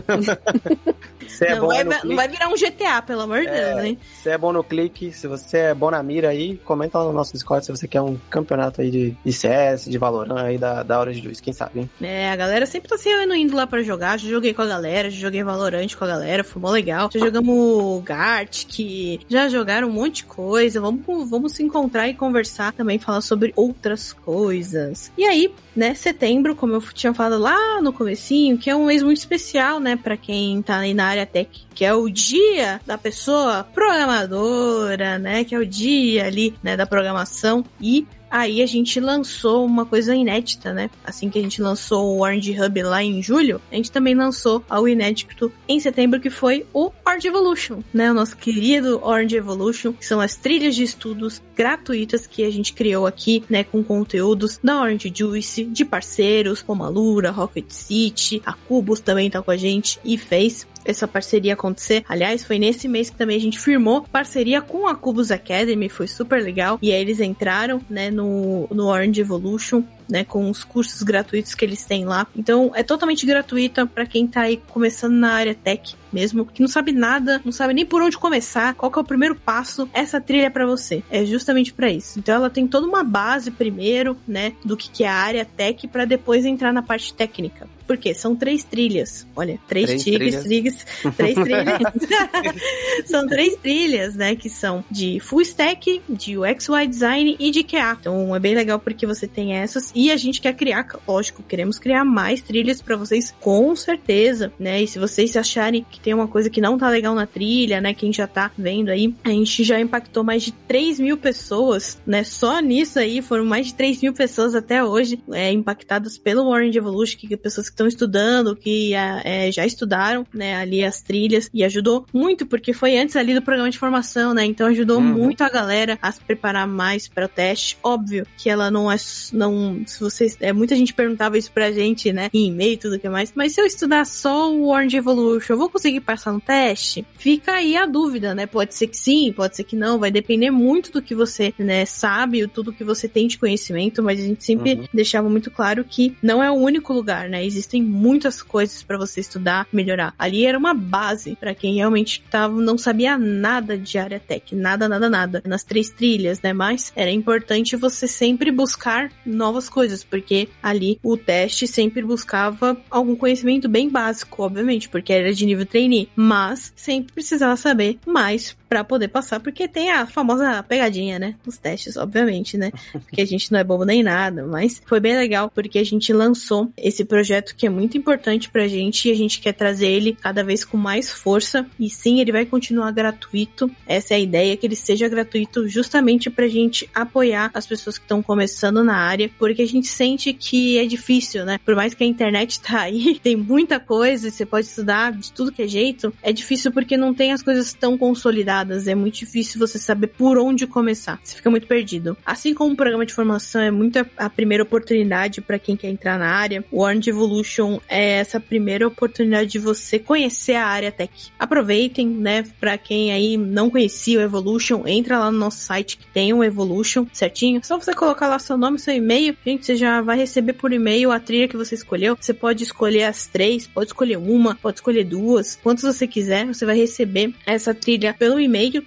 Você é não, bom vai, no não clique. vai virar um G T A, pelo amor de É, Deus, hein? Se é bom no clique, se você é bom na mira aí, comenta lá no nosso Discord se você quer um campeonato aí de, de C S, de Valorant aí da, da Orange Juice, quem sabe, hein? É, a galera sempre tá se indo lá pra jogar, já joguei com a galera, já joguei Valorant com a galera, foi mó legal. Já jogamos Gartic, já jogaram um monte de coisa, vamos, vamos se encontrar e conversar também, falar sobre outras coisas. E aí, né, setembro, como eu tinha falado lá no comecinho, que é um mês muito especial, né, pra quem tá aí na área tech, que é o dia da pessoa programadora, né, que é o dia ali, né, da programação. E aí a gente lançou uma coisa inédita, né? Assim que a gente lançou o Orange Hub lá em julho, a gente também lançou algo inédito em setembro, que foi o Orange Evolution, né? O nosso querido Orange Evolution, que são as trilhas de estudos gratuitas que a gente criou aqui, né? Com conteúdos da Orange Juice, de parceiros como a Lura, Rocket City, a Cubus também tá com a gente e fez essa parceria acontecer. Aliás, foi nesse mês que também a gente firmou parceria com a Cubus Academy, foi super legal. E aí eles entraram, né, no, no Orange Evolution, né, com os cursos gratuitos que eles têm lá. Então, é totalmente gratuita para quem tá aí começando na área tech mesmo, que não sabe nada, não sabe nem por onde começar, qual que é o primeiro passo. Essa trilha é para você. É justamente para isso. Então, ela tem toda uma base primeiro, né, do que que é a área tech, para depois entrar na parte técnica. Por quê? São três trilhas. Olha, três, três trilhas, trilhas. Três trilhas. São três trilhas, né? Que são de Full Stack, de U X U I Design e de Q A. Então, é bem legal porque você tem essas. E a gente quer criar, lógico, queremos criar mais trilhas pra vocês, com certeza, né? E se vocês acharem que tem uma coisa que não tá legal na trilha, né? Quem já tá vendo aí, a gente já impactou mais de três mil pessoas, né? Só nisso aí, foram mais de três mil pessoas até hoje, é, impactadas pelo Orange Evolution, que pessoas que estão estudando, que é, já estudaram, né, ali as trilhas, e ajudou muito, porque foi antes ali do programa de formação, né, então ajudou uhum. muito a galera a se preparar mais para o teste. Óbvio que ela não é, não, se vocês, é, muita gente perguntava isso pra gente, né, em e-mail e tudo que mais, mas se eu estudar só o Orange Evolution, eu vou conseguir passar no teste? Fica aí a dúvida, né, pode ser que sim, pode ser que não, vai depender muito do que você, né, sabe, tudo que você tem de conhecimento, mas a gente sempre uhum. deixava muito claro que não é o único lugar, né, existe Existem muitas coisas para você estudar, melhorar. Ali era uma base para quem realmente tava, não sabia nada de área tech, nada, nada, nada. Nas três trilhas, né? Mas era importante você sempre buscar novas coisas, porque ali o teste sempre buscava algum conhecimento bem básico, obviamente, porque era de nível trainee, mas sempre precisava saber mais pra poder passar, porque tem a famosa pegadinha, né? Os testes, obviamente, né? Porque a gente não é bobo nem nada, mas foi bem legal, porque a gente lançou esse projeto que é muito importante pra gente e a gente quer trazer ele cada vez com mais força. E sim, ele vai continuar gratuito. Essa é a ideia, que ele seja gratuito justamente pra gente apoiar as pessoas que estão começando na área, porque a gente sente que é difícil, né? Por mais que a internet tá aí, tem muita coisa, você pode estudar de tudo que é jeito, é difícil porque não tem as coisas tão consolidadas. É muito difícil você saber por onde começar. Você fica muito perdido. Assim como o programa de formação é muito a primeira oportunidade para quem quer entrar na área, o Orange Evolution é essa primeira oportunidade de você conhecer a área tech. Aproveitem, né? Para quem aí não conhecia o Evolution, entra lá no nosso site que tem o Evolution certinho. Só você colocar lá seu nome, seu e-mail. Gente, você já vai receber por e-mail a trilha que você escolheu. Você pode escolher as três, pode escolher uma, pode escolher duas. Quantas você quiser, você vai receber essa trilha pelo e-mail, tá?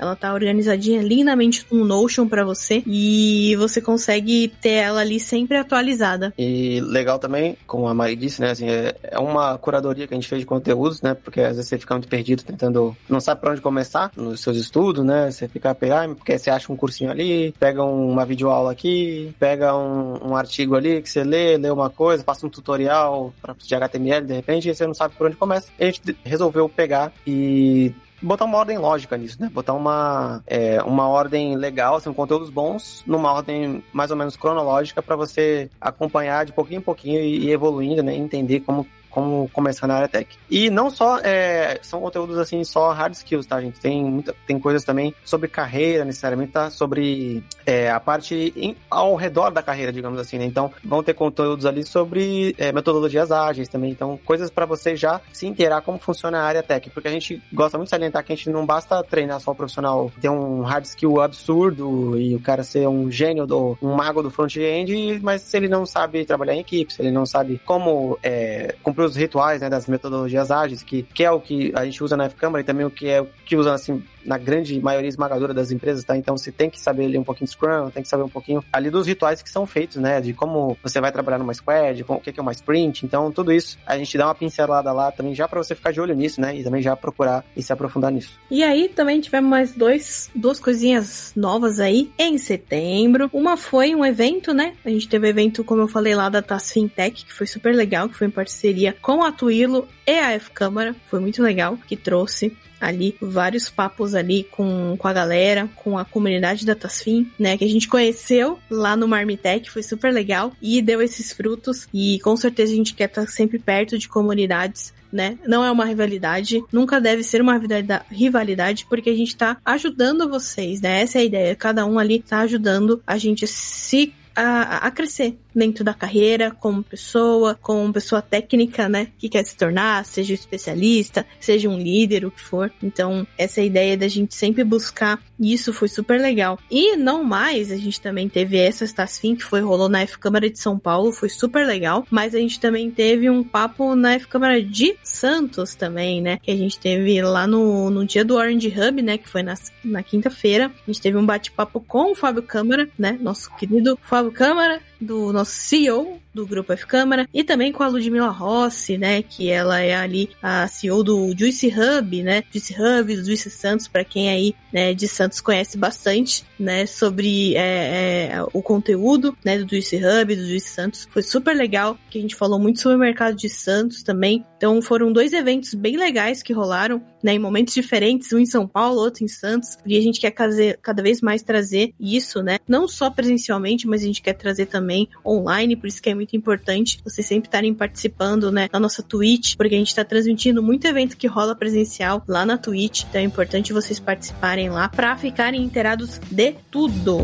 Ela tá organizadinha lindamente no Notion pra você e você consegue ter ela ali sempre atualizada. E legal também, como a Mari disse, né, assim, é, é uma curadoria que a gente fez de conteúdos, né, porque às vezes você fica muito perdido tentando, não sabe pra onde começar nos seus estudos, né, você fica a pegar, porque você acha um cursinho ali, pega uma videoaula aqui, pega um, um artigo ali que você lê, lê uma coisa, passa um tutorial pra, de H T M L, de repente, e você não sabe por onde começa. A gente resolveu pegar e botar uma ordem lógica nisso, né? Botar uma, é, uma ordem legal, assim, conteúdos bons, numa ordem mais ou menos cronológica para você acompanhar de pouquinho em pouquinho e, e evoluindo, né? Entender como como começar na área tech. E não só, é, são conteúdos assim, só hard skills, tá, gente? Tem, muita, tem coisas também sobre carreira, necessariamente, tá? Sobre é, a parte em, ao redor da carreira, digamos assim, né? Então, vão ter conteúdos ali sobre é, metodologias ágeis também. Então, coisas para você já se inteirar como funciona a área tech. Porque a gente gosta muito de salientar que a gente não basta treinar só o profissional ter um hard skill absurdo e o cara ser um gênio, do, um mago do front-end, mas se ele não sabe trabalhar em equipe, se ele não sabe como é, cumprir os rituais, né, das metodologias ágeis, que, que é o que a gente usa na F-Câmara e também o que é o que usa, assim, na grande maioria esmagadora das empresas, tá? Então você tem que saber ali um pouquinho de Scrum, tem que saber um pouquinho ali dos rituais que são feitos, né? De como você vai trabalhar numa squad, com, o que é uma sprint. Então tudo isso a gente dá uma pincelada lá também já pra você ficar de olho nisso, né? E também já procurar e se aprofundar nisso. E aí também tivemos mais dois, duas coisinhas novas aí em setembro. Uma foi um evento, né? A gente teve um evento, como eu falei lá, da Task Fintech, que foi super legal, que foi em parceria com a Twilio e a F-Câmara. Foi muito legal, que trouxe ali vários papos ali com, com a galera, com a comunidade da Tasfin, né, que a gente conheceu lá no Marmitech, foi super legal e deu esses frutos e com certeza a gente quer estar sempre perto de comunidades, né, não é uma rivalidade, nunca deve ser uma rivalidade porque a gente tá ajudando vocês, né, essa é a ideia, cada um ali tá ajudando a gente se A, a crescer dentro da carreira, como pessoa, como pessoa técnica, né, que quer se tornar, seja um especialista, seja um líder, o que for. Então, essa é a ideia da gente sempre buscar, e isso foi super legal. E não mais, a gente também teve essa Tasfin, que foi, rolou na F-Câmara de São Paulo, foi super legal, mas a gente também teve um papo na F-Câmara de Santos também, né, que a gente teve lá no, no dia do Orange Hub, né, que foi na, na quinta-feira, a gente teve um bate-papo com o Fábio Câmara, né, nosso querido Fábio Câmara, do nosso C E O do Grupo F-Câmara, e também com a Ludmila Rossi, né, que ela é ali a C E O do Juice Hub, né, Juice Hub, do Juice Santos, para quem aí, né, de Santos conhece bastante, né, sobre é, é, o conteúdo, né, do Juice Hub, do Juice Santos. Foi super legal, que a gente falou muito sobre o mercado de Santos também. Então foram dois eventos bem legais que rolaram, né, em momentos diferentes, um em São Paulo, outro em Santos, e a gente quer cada vez mais trazer isso, né, não só presencialmente, mas a gente quer trazer também online, por isso que é muito importante vocês sempre estarem participando, né, na nossa Twitch, porque a gente está transmitindo muito evento que rola presencial lá na Twitch, então é importante vocês participarem lá para ficarem inteirados de tudo.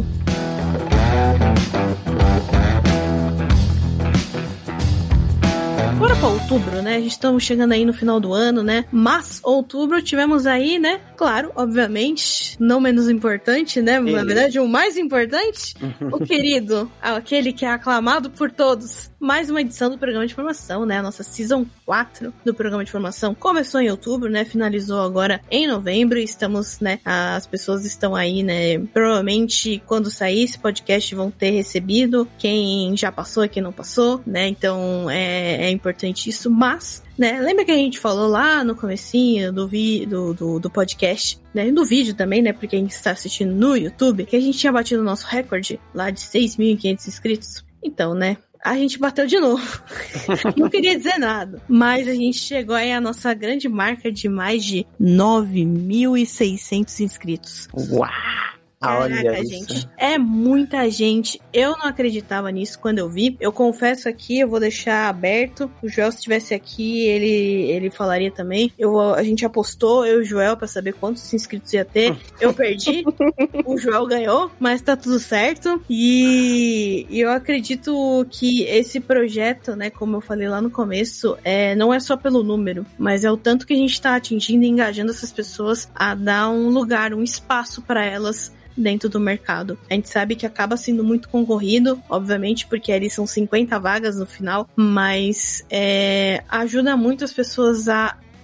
Bora pra outubro, né? A gente estamos chegando aí no final do ano, né? Mas outubro tivemos aí, né? Claro, obviamente, não menos importante, né? Na verdade, o mais importante, o querido, aquele que é aclamado por todos. Mais uma edição do programa de formação, né? A nossa Season quatro do programa de formação começou em outubro, né? Finalizou agora em novembro. Estamos, né? As pessoas estão aí, né? Provavelmente, quando sair esse podcast, vão ter recebido quem já passou e quem não passou, né? Então, é, é importante isso, mas... né? Lembra que a gente falou lá no comecinho do, vi, do, do, do podcast, né? Do vídeo também, né? Porque a gente está assistindo no YouTube, que a gente tinha batido o nosso recorde lá de seis mil e quinhentos inscritos. Então, né? A gente bateu de novo. Não queria dizer nada. Mas a gente chegou aí à nossa grande marca de mais de nove mil e seiscentos inscritos. Uau! Caraca, gente, é muita gente. Eu não acreditava nisso quando eu vi. Eu confesso aqui, eu vou deixar aberto. O Joel, se estivesse aqui, ele, ele falaria também. Eu, a gente apostou, eu e o Joel, pra saber quantos inscritos ia ter. Eu perdi. O Joel ganhou, mas tá tudo certo. E, e eu acredito que esse projeto, né, como eu falei lá no começo, é, não é só pelo número, mas é o tanto que a gente tá atingindo e engajando essas pessoas a dar um lugar, um espaço pra elas dentro do mercado. A gente sabe que acaba sendo muito concorrido, obviamente, porque ali são cinquenta vagas no final, mas é, ajuda muito as pessoas a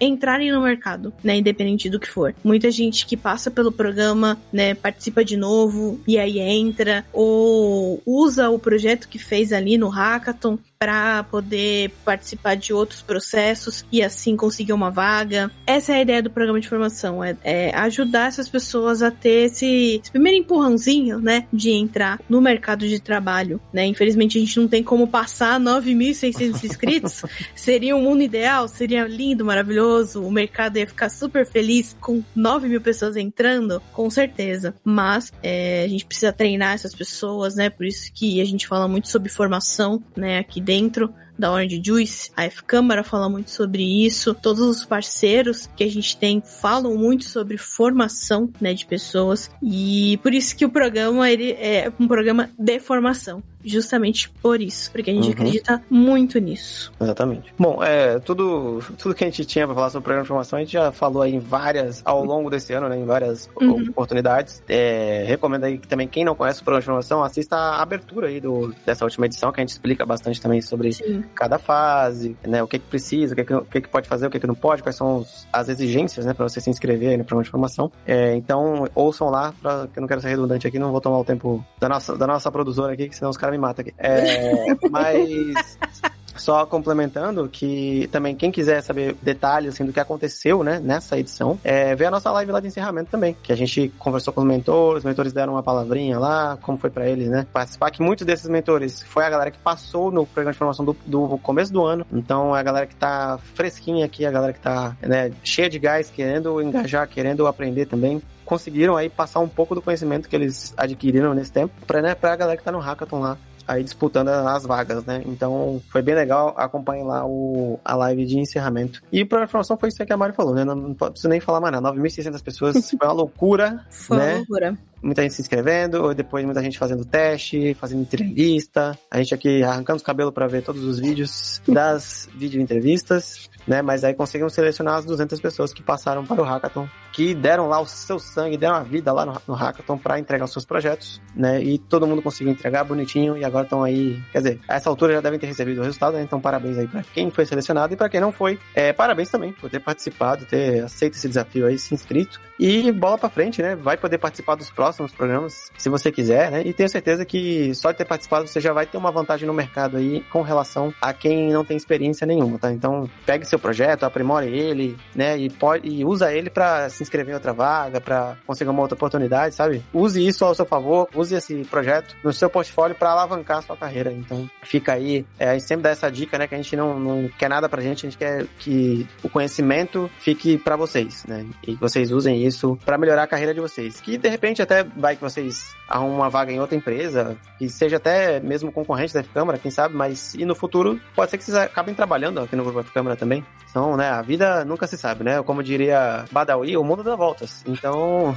entrarem no mercado, né, independente do que for. Muita gente que passa pelo programa, né, participa de novo e aí entra, ou usa o projeto que fez ali no Hackathon para poder participar de outros processos e assim conseguir uma vaga. Essa é a ideia do programa de formação, é, é ajudar essas pessoas a ter esse, esse primeiro empurrãozinho, né, de entrar no mercado de trabalho, né. Infelizmente a gente não tem como passar nove mil e seiscentos inscritos, seria um mundo ideal, seria lindo, maravilhoso, o mercado ia ficar super feliz com nove mil pessoas entrando, com certeza, mas é, a gente precisa treinar essas pessoas, né, por isso que a gente fala muito sobre formação, né, aqui dentro dentro da Orange Juice, a F-Câmara fala muito sobre isso, todos os parceiros que a gente tem falam muito sobre formação, né, de pessoas, e por isso que o programa, ele é um programa de formação, justamente por isso, porque a gente uhum. acredita muito nisso. Exatamente. Bom, é, tudo, tudo que a gente tinha pra falar sobre o programa de formação, a gente já falou aí em várias, ao longo desse ano, né, em várias uhum. oportunidades. É, recomendo aí que também quem não conhece o programa de formação, assista a abertura aí do, dessa última edição, que a gente explica bastante também sobre Sim. cada fase, né, o que que precisa, o que que, o que que pode fazer, o que que não pode, quais são os, as exigências, né, pra você se inscrever aí no programa de formação. É, então, ouçam lá, pra, que eu não quero ser redundante aqui, não vou tomar o tempo da nossa, da nossa produtora aqui, que senão os caras me matam aqui. É, mas... Só complementando que também quem quiser saber detalhes assim, do que aconteceu, né, nessa edição, é, vê a nossa live lá de encerramento também, que a gente conversou com os mentores, os mentores deram uma palavrinha lá, como foi pra eles, né, participar, que muitos desses mentores foi a galera que passou no programa de formação do, do começo do ano, então é a galera que tá fresquinha aqui, a galera que tá, né, cheia de gás, querendo engajar, querendo aprender também, conseguiram aí passar um pouco do conhecimento que eles adquiriram nesse tempo pra, né, pra galera que tá no Hackathon lá, aí disputando as vagas, né? Então, foi bem legal. Acompanhem lá o, a live de encerramento. E para a informação foi isso que a Mari falou, né? Não, não preciso nem falar mais nada. nove mil e seiscentas pessoas, foi uma loucura, foi né? uma loucura. Muita gente se inscrevendo, depois muita gente fazendo teste, fazendo entrevista. A gente aqui arrancando os cabelos para ver todos os vídeos das vídeo entrevistas, né? Mas aí conseguimos selecionar as duzentas pessoas que passaram para o Hackathon, que deram lá o seu sangue, deram a vida lá no, no Hackathon para entregar os seus projetos, né? E todo mundo conseguiu entregar bonitinho e agora estão aí, quer dizer, a essa altura já devem ter recebido o resultado, né? Então parabéns aí para quem foi selecionado e para quem não foi, é, parabéns também por ter participado, ter aceito esse desafio aí, se inscrito e bola para frente, né? Vai poder participar dos próximos programas, se você quiser, né? E tenho certeza que só de ter participado você já vai ter uma vantagem no mercado aí com relação a quem não tem experiência nenhuma, tá? Então pegue seu projeto, aprimore ele, né? E, pode, e usa ele para se inscrever em outra vaga, para conseguir uma outra oportunidade, sabe? Use isso ao seu favor, use esse projeto no seu portfólio para alavancar a sua carreira. Então, fica aí, é, a gente sempre dá essa dica, né? Que a gente não, não quer nada pra gente, a gente quer que o conhecimento fique pra vocês, né? E que vocês usem isso pra melhorar a carreira de vocês. Que, de repente, até vai que vocês arrumam uma vaga em outra empresa, que seja até mesmo concorrente da F-Câmara, quem sabe, mas e no futuro pode ser que vocês acabem trabalhando aqui no Grupo F-Câmara também. Então, né, a vida nunca se sabe, né? Como diria Badawi, o mundo dá voltas. Então...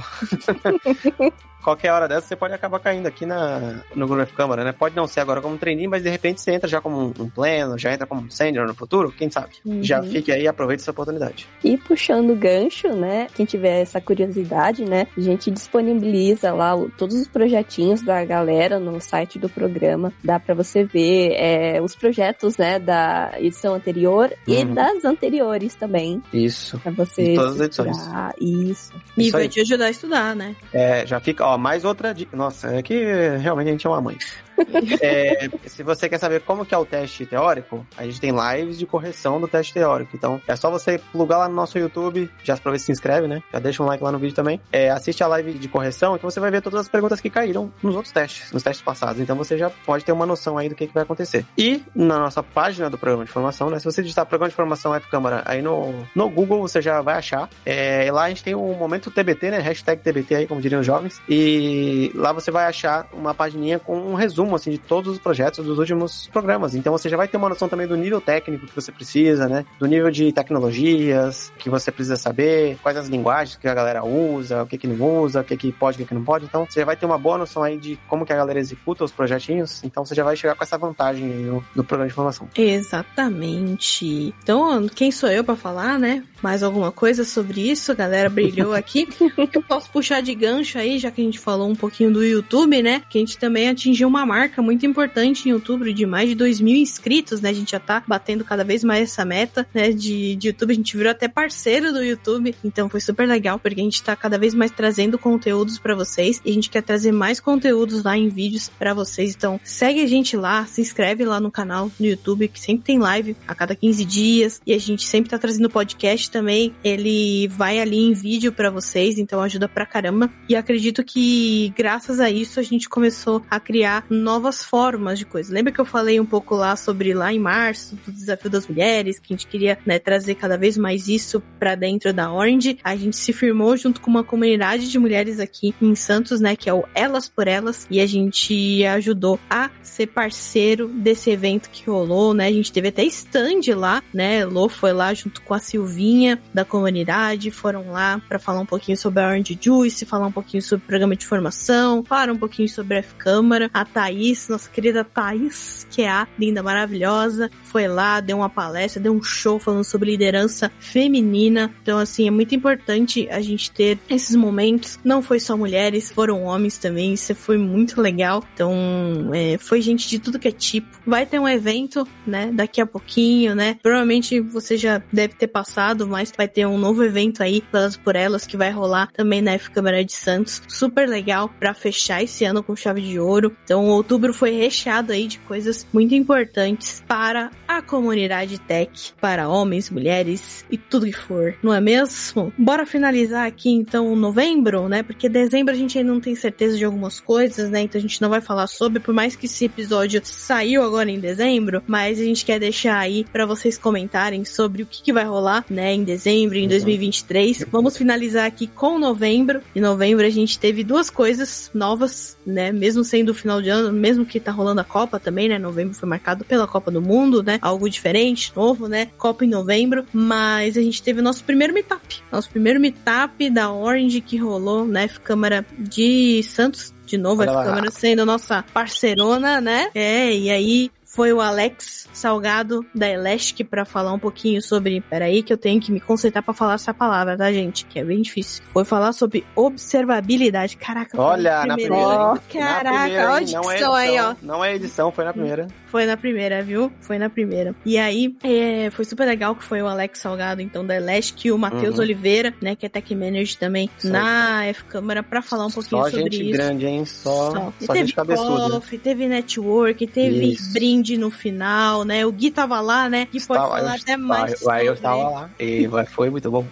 qualquer hora dessa você pode acabar caindo aqui na, no Grupo F-Câmara, né? Pode não ser agora como trainee, mas de repente você entra já como um, um pleno, já entra como um sênior no futuro, quem sabe? Uhum. Já fique aí e aproveite essa oportunidade. E puxando o gancho, né? Quem tiver essa curiosidade, né? A gente disponibiliza lá o, todos os projetinhos da galera no site do programa. Dá pra você ver é, os projetos, né? Da edição anterior uhum. e das anteriores também. Isso. Pra você todas as edições. Isso. E Isso vai aí. te ajudar a estudar, né? É, já fica, ó, mais outra dica. Nossa, é que realmente a gente é uma mãe. É, se você quer saber como que é o teste teórico, a gente tem lives de correção do teste teórico. Então, é só você plugar lá no nosso YouTube, já aproveita e se inscreve, né? Já deixa um like lá no vídeo também. É, assiste a live de correção, que você vai ver todas as perguntas que caíram nos outros testes, nos testes passados. Então, você já pode ter uma noção aí do que, que vai acontecer. E, na nossa página do Programa de Formação, né? Se você digitar Programa de Formação F-Câmara aí no, no Google, você já vai achar. É, e lá a gente tem o Momento T B T, né? Hashtag T B T aí, como diriam os jovens. E lá você vai achar uma pagininha com um resumo, assim, de todos os projetos dos últimos programas. Então você já vai ter uma noção também do nível técnico que você precisa, né? Do nível de tecnologias que você precisa saber, quais as linguagens que a galera usa, o que que não usa, o que que pode, o que que não pode. Então você já vai ter uma boa noção aí de como que a galera executa os projetinhos. Então você já vai chegar com essa vantagem aí no, no programa de formação. Exatamente. Então, quem sou eu pra falar, né? Mais alguma coisa sobre isso? A galera brilhou aqui. Eu posso puxar de gancho aí, já que a gente falou um pouquinho do YouTube, né? Que a gente também atingiu uma marca marca muito importante em outubro de mais de dois mil inscritos, né? A gente já tá batendo cada vez mais essa meta, né? De, de YouTube, a gente virou até parceiro do YouTube, então foi super legal, porque a gente tá cada vez mais trazendo conteúdos pra vocês, e a gente quer trazer mais conteúdos lá em vídeos pra vocês, então segue a gente lá, se inscreve lá no canal no YouTube, que sempre tem live a cada quinze dias, e a gente sempre tá trazendo podcast também, ele vai ali em vídeo pra vocês, então ajuda pra caramba, e acredito que graças a isso a gente começou a criar novas formas de coisa. Lembra que eu falei um pouco lá sobre lá em março, do desafio das mulheres, que a gente queria, né, trazer cada vez mais isso pra dentro da Orange? A gente se firmou junto com uma comunidade de mulheres aqui em Santos, né, que é o Elas por Elas, e a gente ajudou a ser parceiro desse evento que rolou, né, a gente teve até stand lá, né, Lô foi lá junto com a Silvinha da comunidade, foram lá pra falar um pouquinho sobre a Orange Juice, falar um pouquinho sobre o programa de formação, falar um pouquinho sobre a F-Câmara, a Thaís, nossa querida Thaís, que é a linda, maravilhosa, foi lá, deu uma palestra, deu um show falando sobre liderança feminina, então assim, é muito importante a gente ter esses momentos, não foi só mulheres, foram homens também, isso foi muito legal, então é, foi gente de tudo que é tipo, vai ter um evento, né, daqui a pouquinho, né, provavelmente você já deve ter passado, mas vai ter um novo evento aí, Elas por Elas, que vai rolar também na F-Câmara de Santos, super legal pra fechar esse ano com chave de ouro, então outubro foi recheado aí de coisas muito importantes para a comunidade tech, para homens, mulheres e tudo que for, não é mesmo? Bora finalizar aqui então novembro, né, porque dezembro a gente ainda não tem certeza de algumas coisas, né, então a gente não vai falar sobre, por mais que esse episódio saiu agora em dezembro, mas a gente quer deixar aí pra vocês comentarem sobre o que, que vai rolar, né, em dezembro, em dois mil e vinte e três. Vamos finalizar aqui com novembro. Em novembro a gente teve duas coisas novas, né, mesmo sendo o final de ano, mesmo que tá rolando a Copa também, né, novembro foi marcado pela Copa do Mundo, né, algo diferente, novo, né, Copa em novembro, mas a gente teve o nosso primeiro meetup, nosso primeiro meetup da Orange que rolou na F-Câmara de Santos, de novo, a F-Câmara sendo nossa parceirona, né, é, e aí foi o Alex Salgado da Elastic pra falar um pouquinho sobre... Peraí que eu tenho que me concentrar pra falar essa palavra, tá, gente? Que é bem difícil. Foi falar sobre observabilidade. Caraca, olha, na primeira. Oh, caraca, olha a dicção aí, ó. Não é edição, foi na primeira. Foi na primeira, viu? Foi na primeira. E aí, é, foi super legal que foi o Alex Salgado, então, da Elastic, e o Matheus uhum. Oliveira, né, que é Tech Manager também, Sim. na F-Câmara, pra falar um pouquinho só sobre gente isso. grande, hein? Só, só, só teve gente cabeçuda. Coffee, teve network, teve isso. brinde no final, né? O Gui tava lá, né? Gui pode Estava, falar eu, até mais. Vai, eu tava lá. E foi muito bom.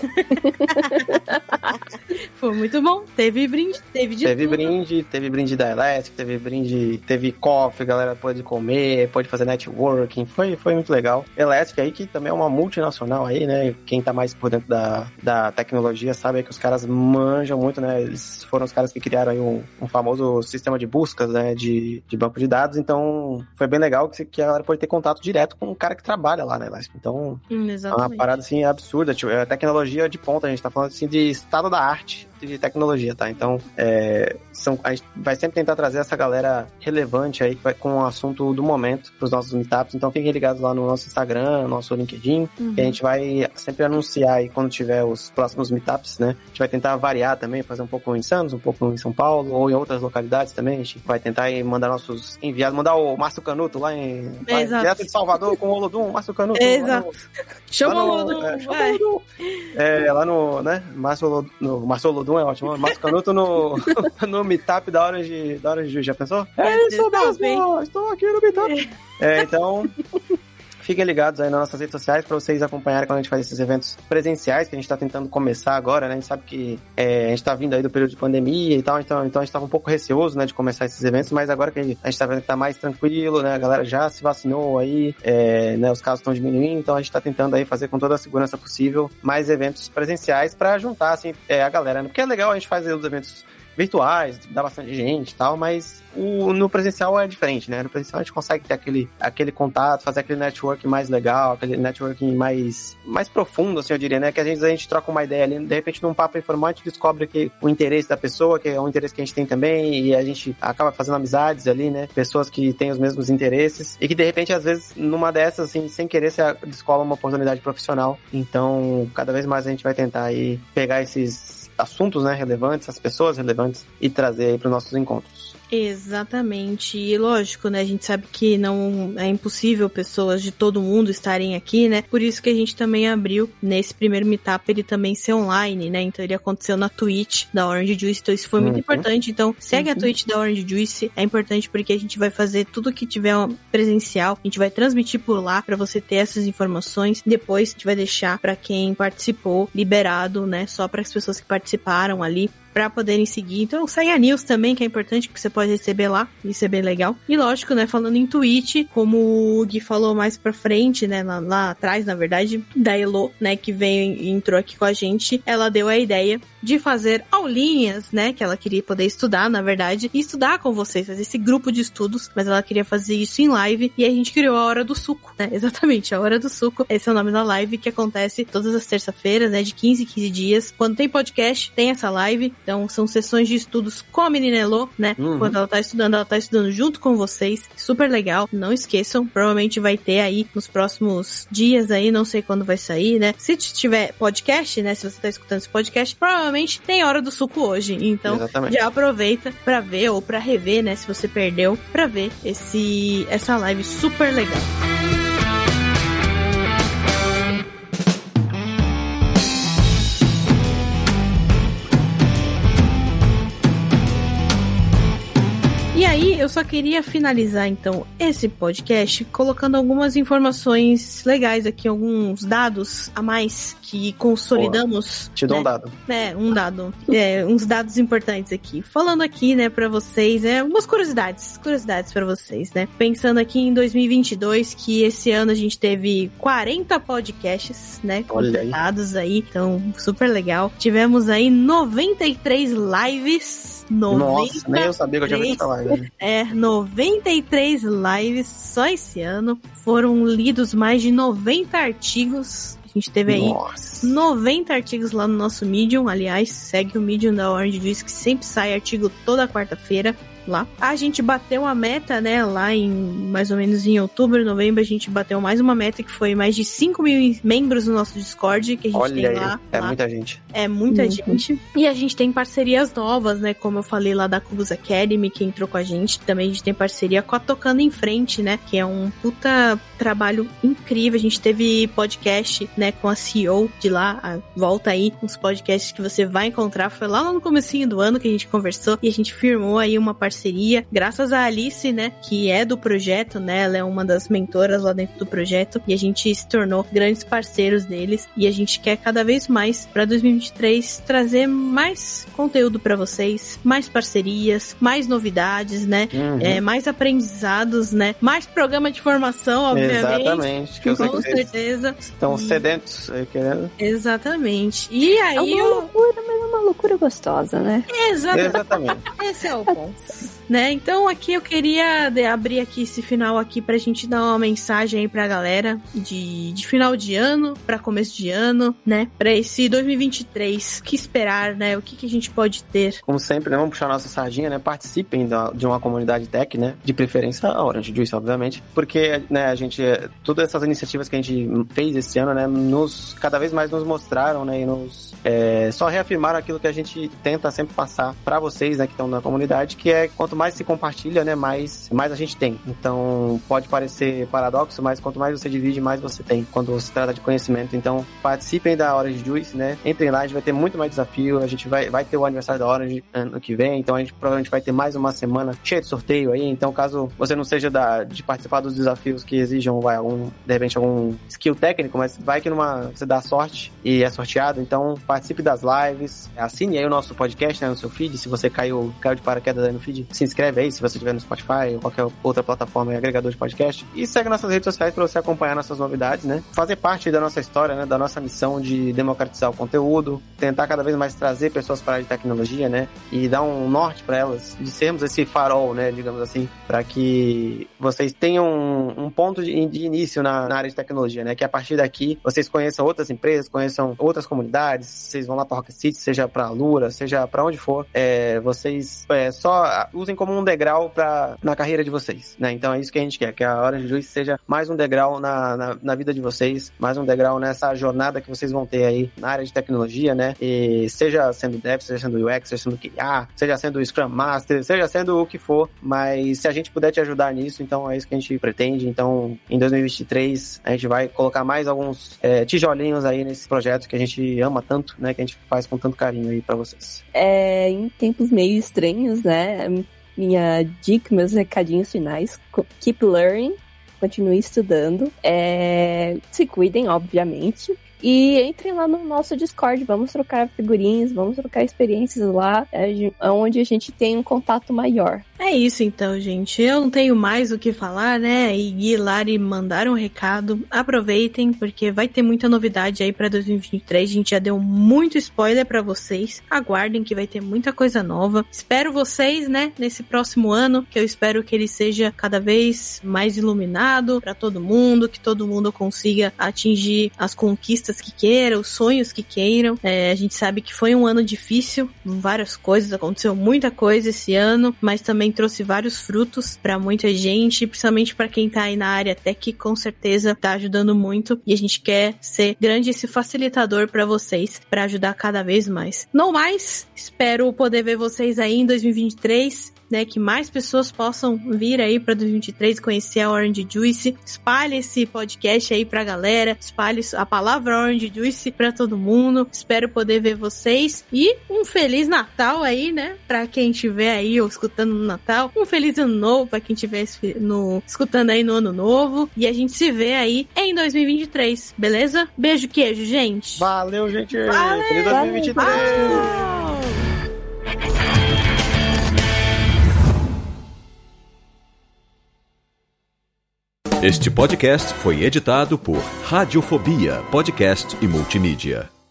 Foi muito bom. Teve brinde, teve de Teve tudo. brinde, teve brinde da Elastic, teve brinde, teve coffee, galera pode comer, pode fazer networking, foi, foi muito legal. Elastic aí, que também é uma multinacional aí, né? Quem tá mais por dentro da, da tecnologia sabe que os caras manjam muito, né? Eles foram os caras que criaram aí um, um famoso sistema de buscas, né? De, de banco de dados, então foi bem legal que, que a galera pode ter contato direto com o cara que trabalha lá, né, Elastic? Então, hum, é uma parada, assim, absurda. Tipo, é tecnologia de ponta, a gente tá falando, assim, de estado da arte de tecnologia, tá? Então, é, são, a gente vai sempre tentar trazer essa galera relevante aí com o assunto do momento pros nossos meetups. Então, fiquem ligados lá no nosso Instagram, no nosso LinkedIn, uhum. que a gente vai sempre anunciar aí quando tiver os próximos meetups, né? A gente vai tentar variar também, fazer um pouco em Santos, um pouco em São Paulo, ou em outras localidades também. A gente vai tentar aí mandar nossos enviados, mandar o Márcio Canuto lá em, lá em direto de Salvador com o Olodum, Márcio Canuto. Exato. No, chama o Olodum, é, vai. É, lá no, né, Márcio Olodum, no, Márcio Olodum é ótimo, Márcio Canuto no, no meetup da Orange, da Orange Juice, já pensou? É isso mesmo, estou aqui no meetup. É, então... Fiquem ligados aí nas nossas redes sociais para vocês acompanharem quando a gente faz esses eventos presenciais, que a gente tá tentando começar agora, né? A gente sabe que é, a gente tá vindo aí do período de pandemia e tal, então, então a gente tava um pouco receoso, né, de começar esses eventos, mas agora que a gente, a gente tá vendo que tá mais tranquilo, né? A galera já se vacinou aí, é, né? Os casos estão diminuindo, então a gente tá tentando aí fazer com toda a segurança possível mais eventos presenciais para juntar, assim, é, a galera, né? Porque é legal a gente fazer os eventos virtuais, dá bastante gente e tal, mas o, no presencial é diferente, né? No presencial a gente consegue ter aquele, aquele contato, fazer aquele networking mais legal, aquele networking mais, mais profundo, assim, eu diria, né? Que às vezes a gente troca uma ideia ali, de repente num papo informal a gente descobre que o interesse da pessoa, que é um interesse que a gente tem também, e a gente acaba fazendo amizades ali, né? Pessoas que têm os mesmos interesses, e que de repente, às vezes, numa dessas, assim, sem querer, você descola uma oportunidade profissional. Então, cada vez mais a gente vai tentar aí pegar esses assuntos, né, relevantes, as pessoas relevantes e trazer aí para os nossos encontros. Exatamente. E lógico, né? A gente sabe que não é impossível pessoas de todo mundo estarem aqui, né? Por isso que a gente também abriu nesse primeiro meetup ele também ser online, né? Então ele aconteceu na Twitch da Orange Juice, então isso foi muito uhum. importante. Então segue uhum. a Twitch da Orange Juice, é importante porque a gente vai fazer tudo que tiver presencial, a gente vai transmitir por lá pra você ter essas informações. Depois a gente vai deixar pra quem participou liberado, né? Só para as pessoas que participaram ali, pra poderem seguir. Então segue a news também, que é importante, que você pode receber lá, isso é bem legal. E lógico, né, falando em Twitch, como o Gui falou mais pra frente, né, lá, lá atrás, na verdade, da Elo, né, que veio e entrou aqui com a gente, ela deu a ideia de fazer aulinhas, né, que ela queria poder estudar, na verdade, e estudar com vocês, fazer esse grupo de estudos, mas ela queria fazer isso em live, e a gente criou a Hora do Suco, né, exatamente, a Hora do Suco, esse é o nome da live, que acontece todas as terça-feiras, né, de quinze em quinze dias. Quando tem podcast, tem essa live. Então, são sessões de estudos com a menina Elo, né? Uhum. Quando ela tá estudando, ela tá estudando junto com vocês. Super legal. Não esqueçam. Provavelmente vai ter aí nos próximos dias aí. Não sei quando vai sair, né? Se tiver podcast, né? Se você tá escutando esse podcast, provavelmente tem Hora do Suco hoje. Então, exatamente, já aproveita pra ver ou pra rever, né? Se você perdeu, pra ver esse, essa live super legal. E aí, eu só queria finalizar, então, esse podcast colocando algumas informações legais aqui, alguns dados a mais que consolidamos. Boa. Te dou, né, um dado. É, um dado. É, uns dados importantes aqui. Falando aqui, né, pra vocês, é, umas curiosidades, curiosidades pra vocês, né? Pensando aqui em dois mil e vinte e dois, que esse ano a gente teve quarenta podcasts, né, completados aí. aí, então, super legal. Tivemos aí noventa e três lives. Nossa, nem eu sabia que eu tinha visto essa live. É, noventa e três lives só esse ano. Foram lidos mais de noventa artigos. A gente teve aí Nossa. noventa artigos lá no nosso Medium. Aliás, segue o Medium da Orange Juice, que sempre sai artigo toda quarta-feira lá. A gente bateu a meta, né, lá em mais ou menos em outubro, novembro, a gente bateu mais uma meta que foi mais de cinco mil membros no nosso Discord, que a gente Olha tem aí, lá. É lá. muita gente. É muita uhum. gente. E a gente tem parcerias novas, né, como eu falei lá da Cubus Academy, que entrou com a gente. Também a gente tem parceria com a Tocando em Frente, né, que é um puta trabalho incrível. A gente teve podcast, né, com a C E O de lá. A, volta aí, uns podcasts que você vai encontrar. Foi lá no comecinho do ano que a gente conversou e a gente firmou aí uma parceria, graças a Alice, né, que é do projeto, né, ela é uma das mentoras lá dentro do projeto, e a gente se tornou grandes parceiros deles, e a gente quer cada vez mais, para dois mil e vinte e três, trazer mais conteúdo para vocês, mais parcerias, mais novidades, né, uhum. é, mais aprendizados, né, mais programa de formação, obviamente. Exatamente. Que eu com sei certeza. Estão e... sedentos aí querendo. Exatamente. E aí... É uma eu... loucura, mas é uma loucura gostosa, né? Exatamente. Exatamente. Esse é o ponto. Né? Então aqui eu queria abrir aqui esse final aqui pra gente dar uma mensagem aí pra galera de, de final de ano, pra começo de ano, né? Pra esse dois mil e vinte e três, o que esperar, né? O que, que a gente pode ter? Como sempre, né? Vamos puxar nossa sardinha, né? Participem da, de uma comunidade tech, né? De preferência a Orange Juice, obviamente. Porque, né, a gente, todas essas iniciativas que a gente fez esse ano, né? Nos, cada vez mais nos mostraram, né? E nos, é, só reafirmaram aquilo que a gente tenta sempre passar pra vocês, né? Que estão na comunidade, que é quanto mais se compartilha, né, mais, mais a gente tem. Então, pode parecer paradoxo, mas quanto mais você divide, mais você tem, quando se trata de conhecimento. Então, participem da Orange Juice, né, entrem lá, a gente vai ter muito mais desafio, a gente vai, vai ter o aniversário da Orange ano que vem, então a gente provavelmente vai ter mais uma semana cheia de sorteio aí, então caso você não seja da, de participar dos desafios que exijam, vai, algum, de repente, algum skill técnico, mas vai que numa, você dá sorte e é sorteado, então participe das lives, assine aí o nosso podcast, né, no seu feed, se você caiu, caiu de paraquedas aí no feed, se inscreve aí, se você estiver no Spotify ou qualquer outra plataforma e agregador de podcast. E segue nossas redes sociais para você acompanhar nossas novidades, né? Fazer parte da nossa história, né? Da nossa missão de democratizar o conteúdo, tentar cada vez mais trazer pessoas para a área de tecnologia, né? E dar um norte para elas, de sermos esse farol, né? Digamos assim, para que vocês tenham um, um ponto de, de início na, na área de tecnologia, né? Que a partir daqui vocês conheçam outras empresas, conheçam outras comunidades, vocês vão lá para Rocket City, seja para a Lura, seja para onde for, é, vocês é, só usem usem como um degrau pra, na carreira de vocês, né? Então é isso que a gente quer, que a Orange Juice seja mais um degrau na, na, na vida de vocês, mais um degrau nessa jornada que vocês vão ter aí na área de tecnologia, né? E seja sendo Dev, seja sendo U X, seja sendo Q A, seja sendo Scrum Master, seja sendo o que for, mas se a gente puder te ajudar nisso, então é isso que a gente pretende. Então, em dois mil e vinte e três, a gente vai colocar mais alguns é, tijolinhos aí nesse projeto que a gente ama tanto, né? Que a gente faz com tanto carinho aí pra vocês. É, em tempos meio estranhos, né? Minha dica, meus recadinhos finais, keep learning, continue estudando, é, se cuidem, obviamente. E entrem lá no nosso Discord, vamos trocar figurinhas, vamos trocar experiências lá, é onde a gente tem um contato maior. É isso então, gente. Eu não tenho mais o que falar, né? E Gui e Lari mandaram um recado. Aproveitem, porque vai ter muita novidade aí pra dois mil e vinte e três. A gente já deu muito spoiler pra vocês. Aguardem que vai ter muita coisa nova. Espero vocês, né? Nesse próximo ano, que eu espero que ele seja cada vez mais iluminado pra todo mundo, que todo mundo consiga atingir as conquistas que queiram, os sonhos que queiram. É, a gente sabe que foi um ano difícil, várias coisas, aconteceu muita coisa esse ano, mas também trouxe vários frutos pra muita gente, principalmente pra quem tá aí na área tech, com certeza tá ajudando muito, e a gente quer ser grande esse facilitador pra vocês, pra ajudar cada vez mais. No mais, espero poder ver vocês aí em dois mil e vinte e três, né, que mais pessoas possam vir aí pra dois mil e vinte e três conhecer a Orange Juice. Espalhe esse podcast aí pra galera, espalhe a palavra Orange Juice pra todo mundo. Espero poder ver vocês e um Feliz Natal aí, né, pra quem estiver aí ou escutando no Natal. Um Feliz Ano Novo pra quem estiver no, escutando aí no Ano Novo. E a gente se vê aí em dois mil e vinte e três, beleza? Beijo, queijo, gente! Valeu, gente! Valeu! Feliz dois mil e vinte e três! Valeu! Este podcast foi editado por Radiofobia, podcast e multimídia.